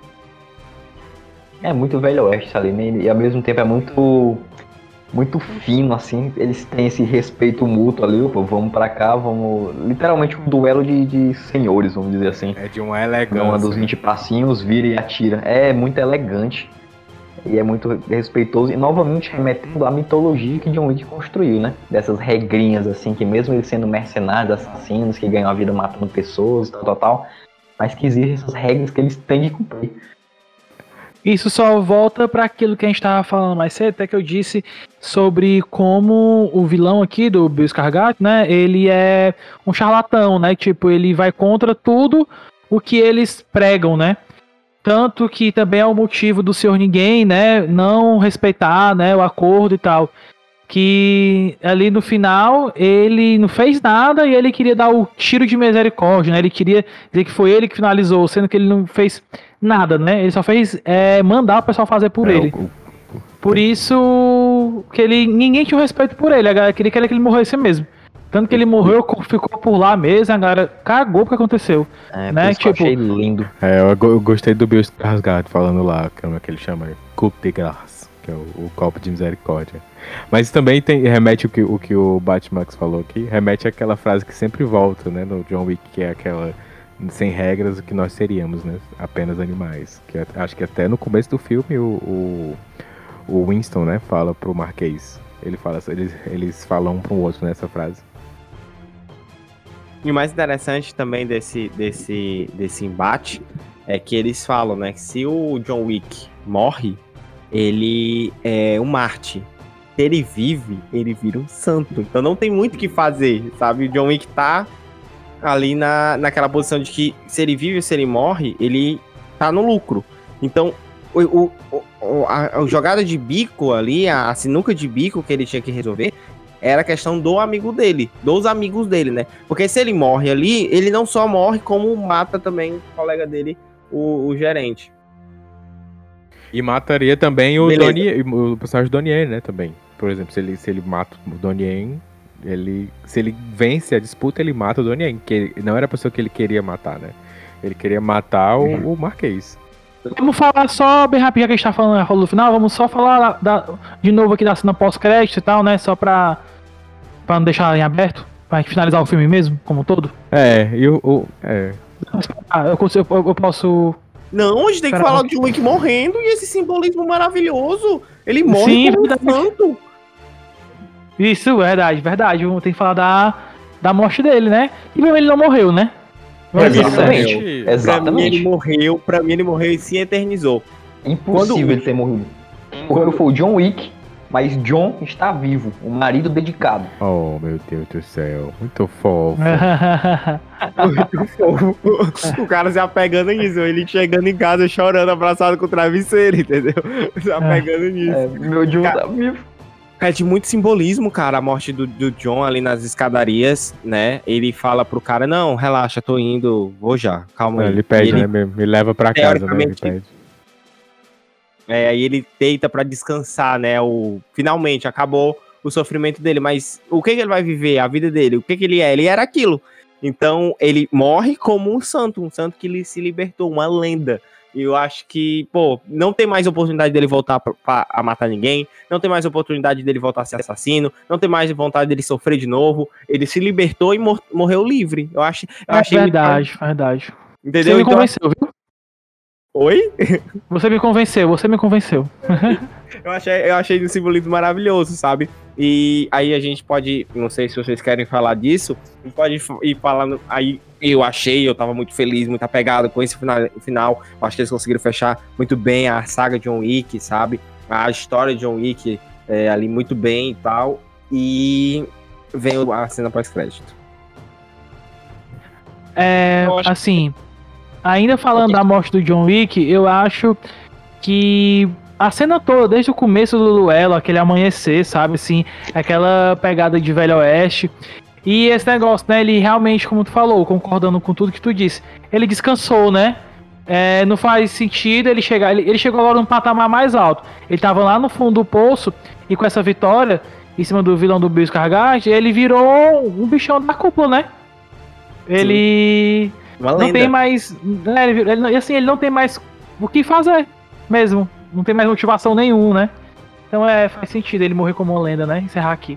É muito velho oeste ali, né? E ao mesmo tempo é muito muito fino, assim. Eles têm esse respeito mútuo ali, opa, vamos pra cá, vamos... Literalmente um duelo de, de senhores, vamos dizer assim. É de uma Não, elegância. uma dos vinte passinhos, vira e atira. É muito elegante. E é muito respeitoso. E novamente remetendo à mitologia que John Wick construiu, né? Dessas regrinhas, assim, que mesmo eles sendo mercenários, assassinos, que ganham a vida matando pessoas e tal, tal, tal, mas que existem essas regras que eles têm de cumprir. Isso só volta para aquilo que a gente estava falando mais cedo, até que eu disse sobre como o vilão aqui do Bill Skarsgård, né, ele é um charlatão, né, tipo, ele vai contra tudo o que eles pregam, né, tanto que também é o motivo do Senhor Ninguém, né, não respeitar, né, o acordo e tal, que ali no final ele não fez nada e ele queria dar o tiro de misericórdia, né, ele queria dizer que foi ele que finalizou, sendo que ele não fez nada, né? Ele só fez é, mandar o pessoal fazer por É, ele. o- Por isso que ele ninguém tinha um respeito por ele. A galera queria que ele morresse mesmo. Tanto que ele morreu, ficou por lá mesmo, a galera cagou porque aconteceu. É, Né, por isso que eu tipo- achei lindo. É, eu, go- eu gostei do Bill Skarsgård falando lá, como é que ele chama? Coup de grâce, que é o, o golpe de misericórdia. Mas também tem, remete o que o, que o Batmax falou aqui, remete àquela frase que sempre volta, né, no John Wick, que é aquela, sem regras, o que nós seríamos, né, apenas animais. Que é- acho que até no começo do filme o, o, o Winston, né, fala pro Marquês. Ele fala, eles, eles falam um pro outro nessa frase. E o mais interessante também desse, desse, desse embate é que eles falam, né, que se o John Wick morre, ele é um Marte. Se ele vive, ele vira um santo. Então não tem muito o que fazer, sabe? O John Wick tá ali na, naquela posição de que se ele vive ou se ele morre, ele tá no lucro. Então, o, o, o- a, a jogada de bico ali, a, a sinuca de bico que ele tinha que resolver, era a questão do amigo dele, dos amigos dele, né? Porque se ele morre ali, ele não só morre, como mata também o colega dele, o, o gerente. E mataria também o, Beleza. Donnie, o personagem do Donnie, né, também. Por exemplo, se ele, se ele mata o Donnie, ele, se ele vence a disputa, ele mata o Donnie, que não era a pessoa que ele queria matar, né? Ele queria matar o, o Marquês. Vamos falar só bem rapidinho que a gente tá falando, falou no final, vamos só falar da- de novo aqui da cena pós-crédito e tal, né? Só pra, pra não deixar em aberto, pra gente finalizar o filme mesmo, como um todo. É, e o... o- é. Ah, eu, consigo- eu, eu posso. Não, a gente tem que Pera, falar não. do John Wick morrendo e esse simbolismo maravilhoso. Ele morre Sim, como um verdade. santo. Isso, verdade, verdade. Vamos ter que falar da, da morte dele, né? E mesmo ele não morreu, né? Pra mim, ele Exatamente. morreu. Pra mim Exatamente. ele morreu, pra mim ele morreu e se eternizou. Impossível Quando- ele ter morrido. Porque foi o John Wick, mas John está vivo, um marido dedicado. Oh, meu Deus do céu. Muito fofo. Muito fofo. O cara se apegando nisso, ele chegando em casa chorando, abraçado com o travesseiro, entendeu? Se apegando nisso. É, meu John Cara, tá vivo. É de muito simbolismo, cara, a morte do, do John ali nas escadarias, né? Ele fala pro cara, não, relaxa, tô indo, vou já, calma aí. Ele pede, E ele, né? Me, me leva pra casa, né? Ele teoricamente, pede. É, aí ele deita pra descansar, né? O, finalmente, acabou o sofrimento dele, mas o que, que ele vai viver? A vida dele, o que, que ele é? Ele era aquilo. Então, ele morre como um santo, um santo que ele se libertou, uma lenda. E eu acho que, pô, não tem mais oportunidade dele voltar pra, pra, a matar ninguém, não tem mais oportunidade dele voltar a ser assassino, não tem mais vontade dele sofrer de novo. Ele se libertou e mor morreu livre. Eu acho, eu É achei verdade, muito... verdade. Entendeu? Você me Então, convenceu, viu? oi? Você me convenceu, você me convenceu. Eu achei, eu achei um simbolismo maravilhoso, sabe? E aí a gente pode, não sei se vocês querem falar disso, a gente pode ir falando. Aí eu achei, eu tava muito feliz, muito apegado com esse final. final. Eu acho que eles conseguiram fechar muito bem a saga John Wick, sabe? A história de John Wick é, ali muito bem e tal. E vem a cena pós-crédito. É, Eu acho- assim, ainda falando da morte do John Wick, eu acho que a cena toda, desde o começo do duelo, aquele amanhecer, sabe, assim, aquela pegada de Velho Oeste, e esse negócio, né, ele realmente, como tu falou, concordando com tudo que tu disse, ele descansou, né, é, não faz sentido ele chegar, ele, ele chegou agora num patamar mais alto, ele tava lá no fundo do poço, e com essa vitória, em cima do vilão do Bill Skarsgård, ele virou um bichão da cúpula, né, ele... Uma não lenda. tem mais. Né, ele, ele, não- e assim, ele não tem mais o que fazer mesmo. Não tem mais motivação nenhuma, né? Então é, faz sentido ele morrer como uma lenda, né? Encerrar aqui.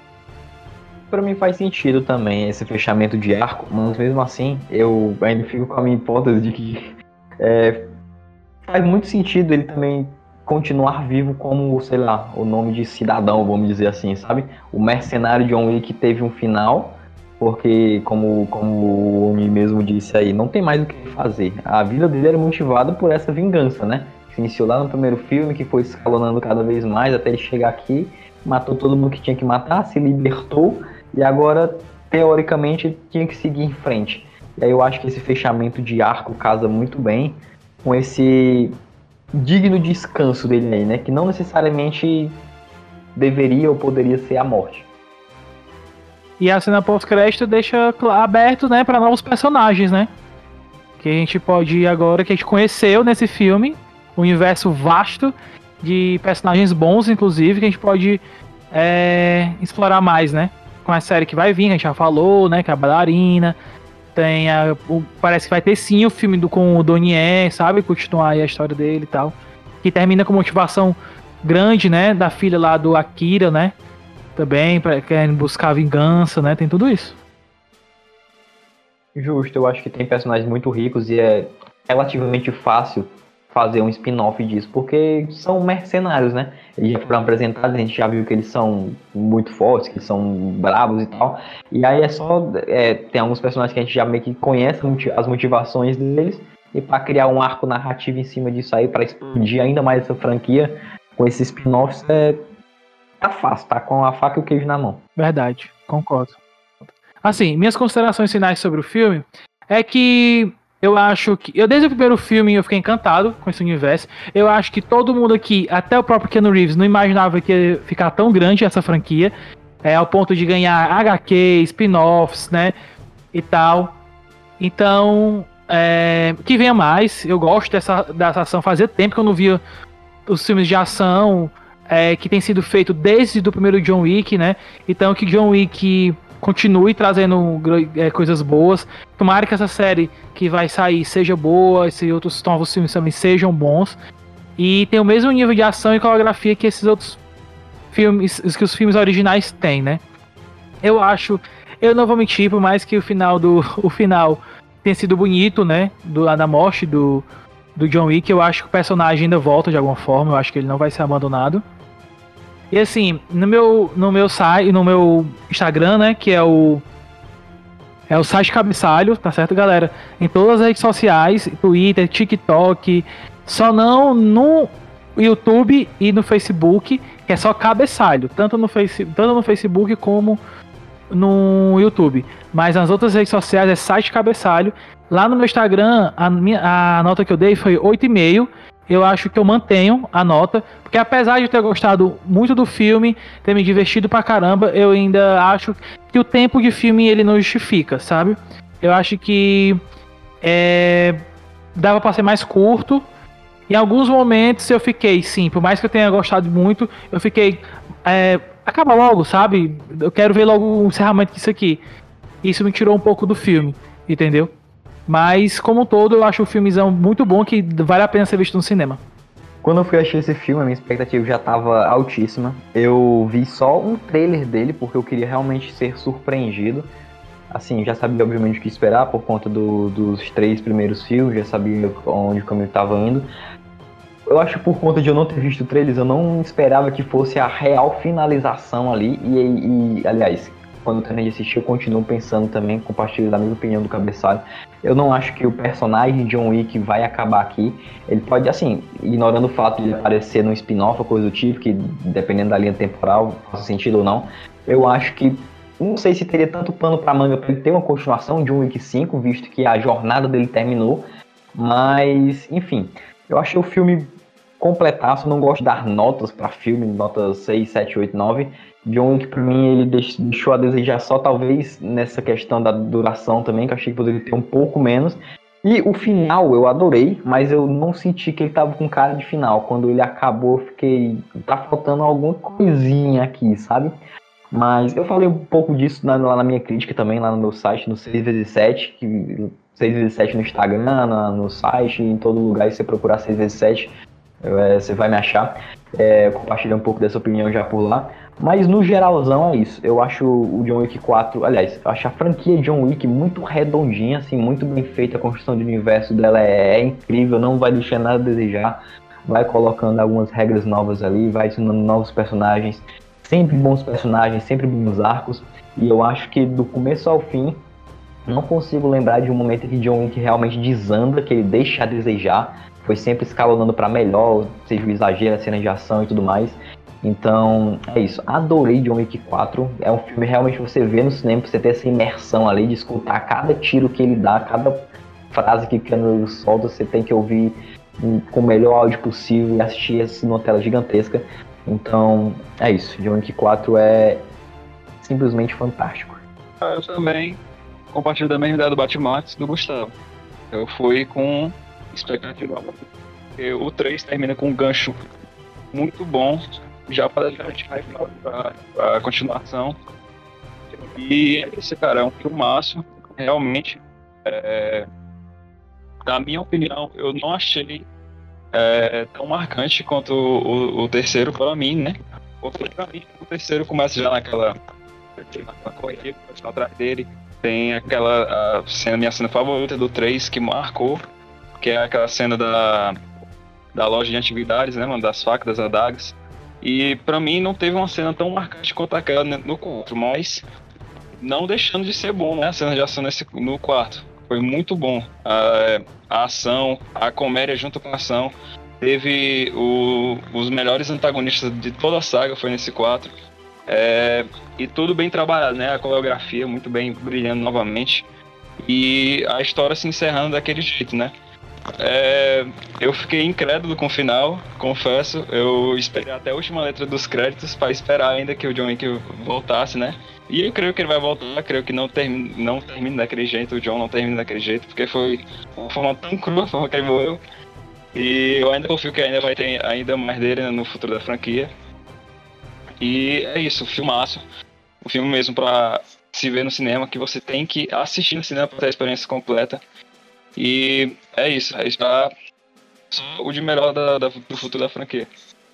Pra mim faz sentido também esse fechamento de arco, mas mesmo assim eu ainda fico com a minha hipótese de que é, faz muito sentido ele também continuar vivo como, sei lá, o nome de cidadão, vamos dizer assim, sabe? O mercenário John Wick teve um final, porque como, como o homem mesmo disse aí, não tem mais o que fazer. A vida dele era motivada por essa vingança, né? Se iniciou lá no primeiro filme, que foi escalonando cada vez mais até ele chegar aqui, matou todo mundo que tinha que matar, se libertou, e agora, teoricamente, tinha que seguir em frente. E aí eu acho que esse fechamento de arco casa muito bem com esse digno descanso dele aí, né? Que não necessariamente deveria ou poderia ser a morte. E a cena pós-crédito deixa cla- aberto, né, para novos personagens, né? Que a gente pode ir agora, que a gente conheceu nesse filme, um universo vasto de personagens bons, inclusive, que a gente pode é, explorar mais, né? Com a série que vai vir, que a gente já falou, né? Que é a Bailarina. Tem a, o- parece que vai ter sim o filme do, com o Donnie, sabe? Continuar aí a história dele e tal. Que termina com motivação grande, né? Da filha lá do Akira, né? Também, pra, querendo buscar vingança, né? Tem tudo isso. Justo, eu acho que tem personagens muito ricos e é relativamente fácil fazer um spin-off disso, porque são mercenários, né? Eles já foram apresentados, a gente já viu que eles são muito fortes, que são bravos e tal. E aí é só... É, tem alguns personagens que a gente já meio que conhece as motivações deles, e para criar um arco narrativo em cima disso aí, para expandir ainda mais essa franquia, com esses spin-offs, é, tá fácil, tá com a faca e o queijo na mão. Verdade, concordo. Assim, minhas considerações finais sobre o filme é que eu acho que... Eu desde o primeiro filme eu fiquei encantado com esse universo. Eu acho que todo mundo aqui, até o próprio Keanu Reeves, não imaginava que ia ficar tão grande essa franquia. É, ao ponto de ganhar H Q, spin-offs, né? E tal. Então, é, que venha mais. Eu gosto dessa, dessa ação. Fazia tempo que eu não via os filmes de ação é, que tem sido feito desde o primeiro John Wick, né? Então que John Wick continue trazendo é, coisas boas. Tomara que essa série que vai sair seja boa, e outros novos filmes também sejam bons. E tem o mesmo nível de ação e coreografia que esses outros filmes, que os filmes originais têm, né? Eu acho, eu não vou mentir, por mais que o final do o final tenha sido bonito, né? Do, da morte do, do John Wick, eu acho que o personagem ainda volta de alguma forma. Eu acho que ele não vai ser abandonado. E assim, no meu, no meu site, no meu Instagram, né, que é o É o site Cabeçalho, tá certo, galera? Em todas as redes sociais, Twitter, TikTok, só não no YouTube e no Facebook, que é só Cabeçalho, tanto no, face, tanto no Facebook como no YouTube. Mas nas outras redes sociais é site Cabeçalho. Lá no meu Instagram, a, minha, a nota que eu dei foi oito e meio. Eu acho que eu mantenho a nota, porque apesar de eu ter gostado muito do filme, ter me divertido pra caramba, eu ainda acho que o tempo de filme ele não justifica, sabe? Eu acho que é, dava pra ser mais curto. Em alguns momentos eu fiquei, sim, por mais que eu tenha gostado muito, eu fiquei, é, acaba logo, sabe? Eu quero ver logo o encerramento disso aqui. Isso me tirou um pouco do filme, entendeu? Mas, como um todo, eu acho o filmezão muito bom, que vale a pena ser visto no cinema. Quando eu fui assistir esse filme, a minha expectativa já estava altíssima. Eu vi só um trailer dele, porque eu queria realmente ser surpreendido. Assim, já sabia obviamente o que esperar, por conta do, dos três primeiros filmes, já sabia onde o caminho estava indo. Eu acho que por conta de eu não ter visto trailers, eu não esperava que fosse a real finalização ali. E, e aliás, quando eu terminei de assistir, eu continuo pensando também, compartilho da mesma opinião do Cabeçalho. Eu não acho que o personagem John Wick vai acabar aqui. Ele pode, assim, ignorando o fato de ele aparecer num spin-off ou coisa do tipo, que dependendo da linha temporal, faça sentido ou não, eu acho que, não sei se teria tanto pano pra manga pra ele ter uma continuação de John Wick cinco, visto que a jornada dele terminou. Mas, enfim, eu achei o filme completaço. Eu não gosto de dar notas pra filme, notas seis, sete, oito, nove. John Wick, pra mim, ele deixou a desejar só talvez nessa questão da duração também, que eu achei que poderia ter um pouco menos. E o final eu adorei, mas eu não senti que ele tava com cara de final. Quando ele acabou, eu fiquei... tá faltando alguma coisinha aqui, sabe? Mas eu falei um pouco disso na, lá na minha crítica também, lá no meu site, no seis vezes sete, que seis vezes sete no Instagram, na, no site, em todo lugar, e você procurar seis vezes sete, é, você vai me achar. É, compartilhar um pouco dessa opinião já por lá. Mas no geralzão é isso. Eu acho o John Wick quatro, aliás, eu acho a franquia John Wick muito redondinha, assim, muito bem feita. A construção de universo dela é, é incrível, não vai deixar nada a desejar. Vai colocando algumas regras novas ali, vai ensinando novos personagens, sempre bons personagens, sempre bons arcos. E eu acho que do começo ao fim, não consigo lembrar de um momento em que John Wick realmente desanda, que ele deixa a desejar. Foi sempre escalonando para melhor, seja o exagero, a cena de ação e tudo mais. Então, é isso. Adorei John Wick quatro. É um filme realmente você vê no cinema, pra você ter essa imersão ali, de escutar cada tiro que ele dá, cada frase que o Keanu solta, você tem que ouvir com o melhor áudio possível e assistir assim, numa tela gigantesca. Então, é isso. John Wick quatro é simplesmente fantástico. Eu também compartilho da mesma ideia do Batmax do Gustavo. Eu fui com expectativa alta. O três termina com um gancho muito bom, já para a a continuação. E é isso, cara, é um filmaço, realmente. É, na minha opinião, eu não achei é, tão marcante quanto o, o, o terceiro para mim, né? Porque pra mim, o terceiro começa já naquela, naquela corrida, está atrás dele. Tem aquela a cena, minha cena favorita do três que marcou, que é aquela cena da, da loja de antiguidades, né, mano, das facas, das adagas. E pra mim não teve uma cena tão marcante quanto aquela no quatro, mas não deixando de ser bom, né, a cena de ação nesse, no quarto. Foi muito bom. A, a ação, a comédia junto com a ação. Teve o, os melhores antagonistas de toda a saga, foi nesse quatro. É, e tudo bem trabalhado, né, a coreografia muito bem brilhando novamente. E a história se encerrando daquele jeito, né. É, eu fiquei incrédulo com o final, confesso. Eu esperei até a última letra dos créditos para esperar ainda que o John Wick voltasse, né? E eu creio que ele vai voltar, creio que não termine, não termine daquele jeito, o John não termine daquele jeito, porque foi uma forma tão crua a forma que ele morreu. E eu ainda confio que ainda vai ter ainda mais dele no futuro da franquia. E é isso, filmaço. Um filme mesmo para se ver no cinema, que você tem que assistir no cinema para ter a experiência completa. E é isso, é isso pra só o de melhor da, da, do futuro da franquia.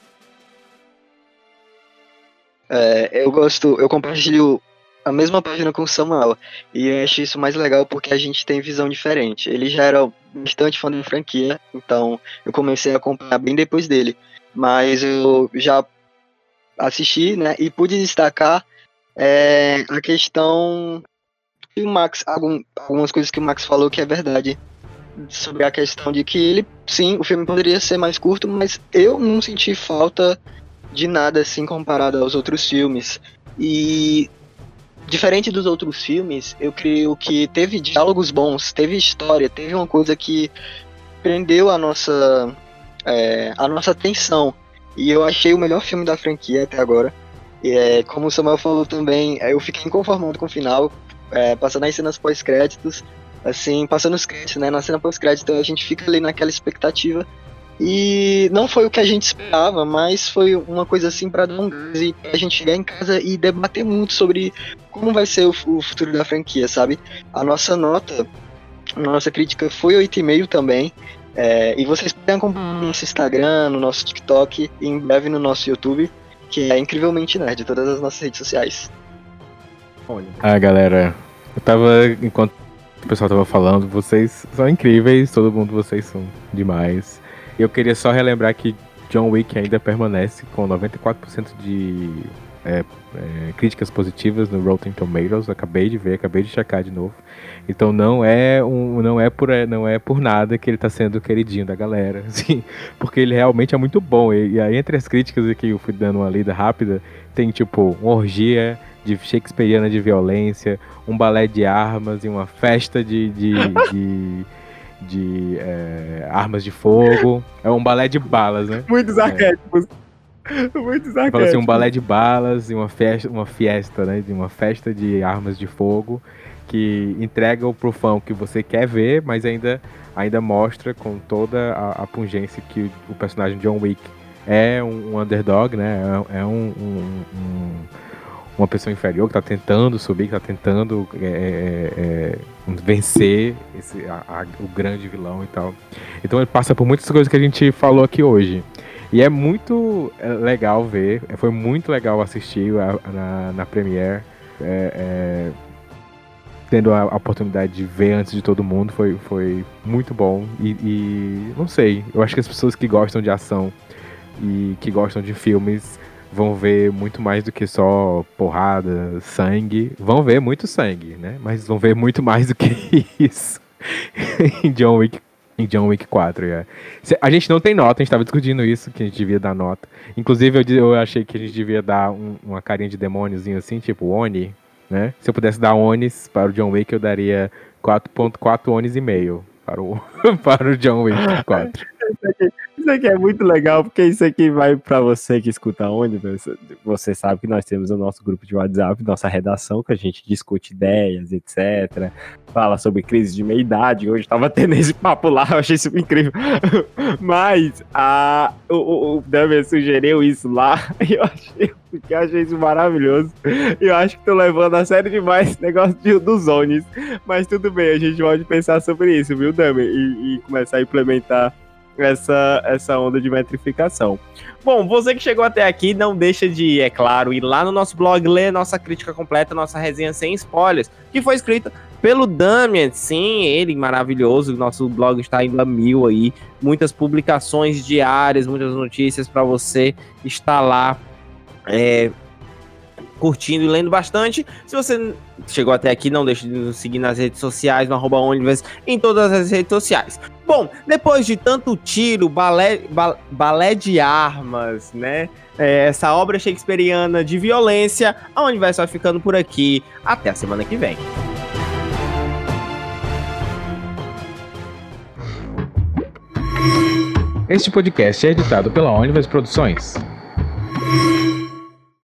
É, eu gosto, eu compartilho a mesma página com o Samuel, e eu acho isso mais legal porque a gente tem visão diferente. Ele já era bastante fã da franquia, então eu comecei a acompanhar bem depois dele, mas eu já assisti, né, e pude destacar é, a questão E o Max, algum, algumas coisas que o Max falou que é verdade. Sobre a questão de que ele, sim, o filme poderia ser mais curto, mas eu não senti falta de nada assim comparado aos outros filmes. E diferente dos outros filmes, eu creio que teve diálogos bons, teve história, teve uma coisa que prendeu a nossa, é, a nossa atenção. E eu achei o melhor filme da franquia até agora. E é, como o Samuel falou também, eu fiquei inconformado com o final, é, passando as cenas pós-créditos, assim, passando os créditos, né, na cena pós-crédito, a gente fica ali naquela expectativa. E não foi o que a gente esperava, mas foi uma coisa assim pra dar um gás e pra gente chegar em casa e debater muito sobre como vai ser o, o futuro da franquia, sabe? A nossa nota, a nossa crítica foi oito vírgula cinco também. É, e vocês podem acompanhar no nosso Instagram, no nosso TikTok e em breve no nosso YouTube, que é Incrivelmente Nerd, todas as nossas redes sociais. Ah, galera, eu tava, enquanto o pessoal tava falando, vocês são incríveis, todo mundo, vocês são demais. Eu queria só relembrar que John Wick ainda permanece com noventa e quatro por cento de é, é, críticas positivas no Rotten Tomatoes. Acabei de ver, acabei de checar de novo. Então não é, um, não é, por, não é por nada que ele tá sendo queridinho da galera, assim, porque ele realmente é muito bom. E, e aí entre as críticas aqui, eu fui dando uma lida rápida, tem tipo uma orgia de shakespeariana de violência, um balé de armas e uma festa de... de, de de é, armas de fogo. É um balé de balas, né? Muitos arquétipos. É. Muitos arquétipos. Fala assim, um balé de balas e uma festa, uma fiesta, né? De uma festa de armas de fogo que entrega pro fã o que você quer ver, mas ainda, ainda mostra com toda a, a pungência que o, o personagem John Wick é um, um underdog, né? É, é um, um, um uma pessoa inferior que está tentando subir, que está tentando é, é, vencer esse, a, a, o grande vilão e tal. Então ele passa por muitas coisas que a gente falou aqui hoje. E é muito legal ver, foi muito legal assistir a, na, na Premiere, é, é, tendo a, a oportunidade de ver antes de todo mundo, foi, foi muito bom. E, e não sei, eu acho que as pessoas que gostam de ação e que gostam de filmes vão ver muito mais do que só porrada, sangue. Vão ver muito sangue, né? Mas vão ver muito mais do que isso em John Wick, em John Wick quatro. Yeah. A gente não tem nota, a gente tava discutindo isso, que a gente devia dar nota. Inclusive, eu, eu achei que a gente devia dar um, uma carinha de demôniozinho assim, tipo Oni, né? Se eu pudesse dar Onis para o John Wick, eu daria quatro ponto quatro Onis e meio para o, para o John Wick quatro. Isso aqui é muito legal, porque isso aqui vai pra você que escuta onde, você sabe que nós temos o nosso grupo de WhatsApp, nossa redação, que a gente discute ideias, etcétera. Fala sobre crise de meia-idade, hoje tava tendo esse papo lá, eu achei isso incrível. Mas a, o, o Damian sugeriu isso lá, e eu achei, eu achei isso maravilhoso. E eu acho que tô levando a sério demais esse negócio de, dos zones. Mas tudo bem, a gente pode pensar sobre isso, viu, Damian? E, e começar a implementar Essa, essa onda de metrificação. Bom, você que chegou até aqui, não deixa de, é claro, ir lá no nosso blog, ler nossa crítica completa, nossa resenha sem spoilers, que foi escrita pelo Damian, sim, ele maravilhoso, nosso blog está indo a mil aí, muitas publicações diárias, muitas notícias para você estar lá, é, curtindo e lendo bastante. Se você chegou até aqui, não deixe de nos seguir nas redes sociais, no arroba Onlyfans, em todas as redes sociais. Bom, depois de tanto tiro, balé, ba, balé de armas, né? É, essa obra shakespeariana de violência, a Onlyfans vai ficando por aqui. Até a semana que vem. Este podcast é editado pela Onlyfans Produções.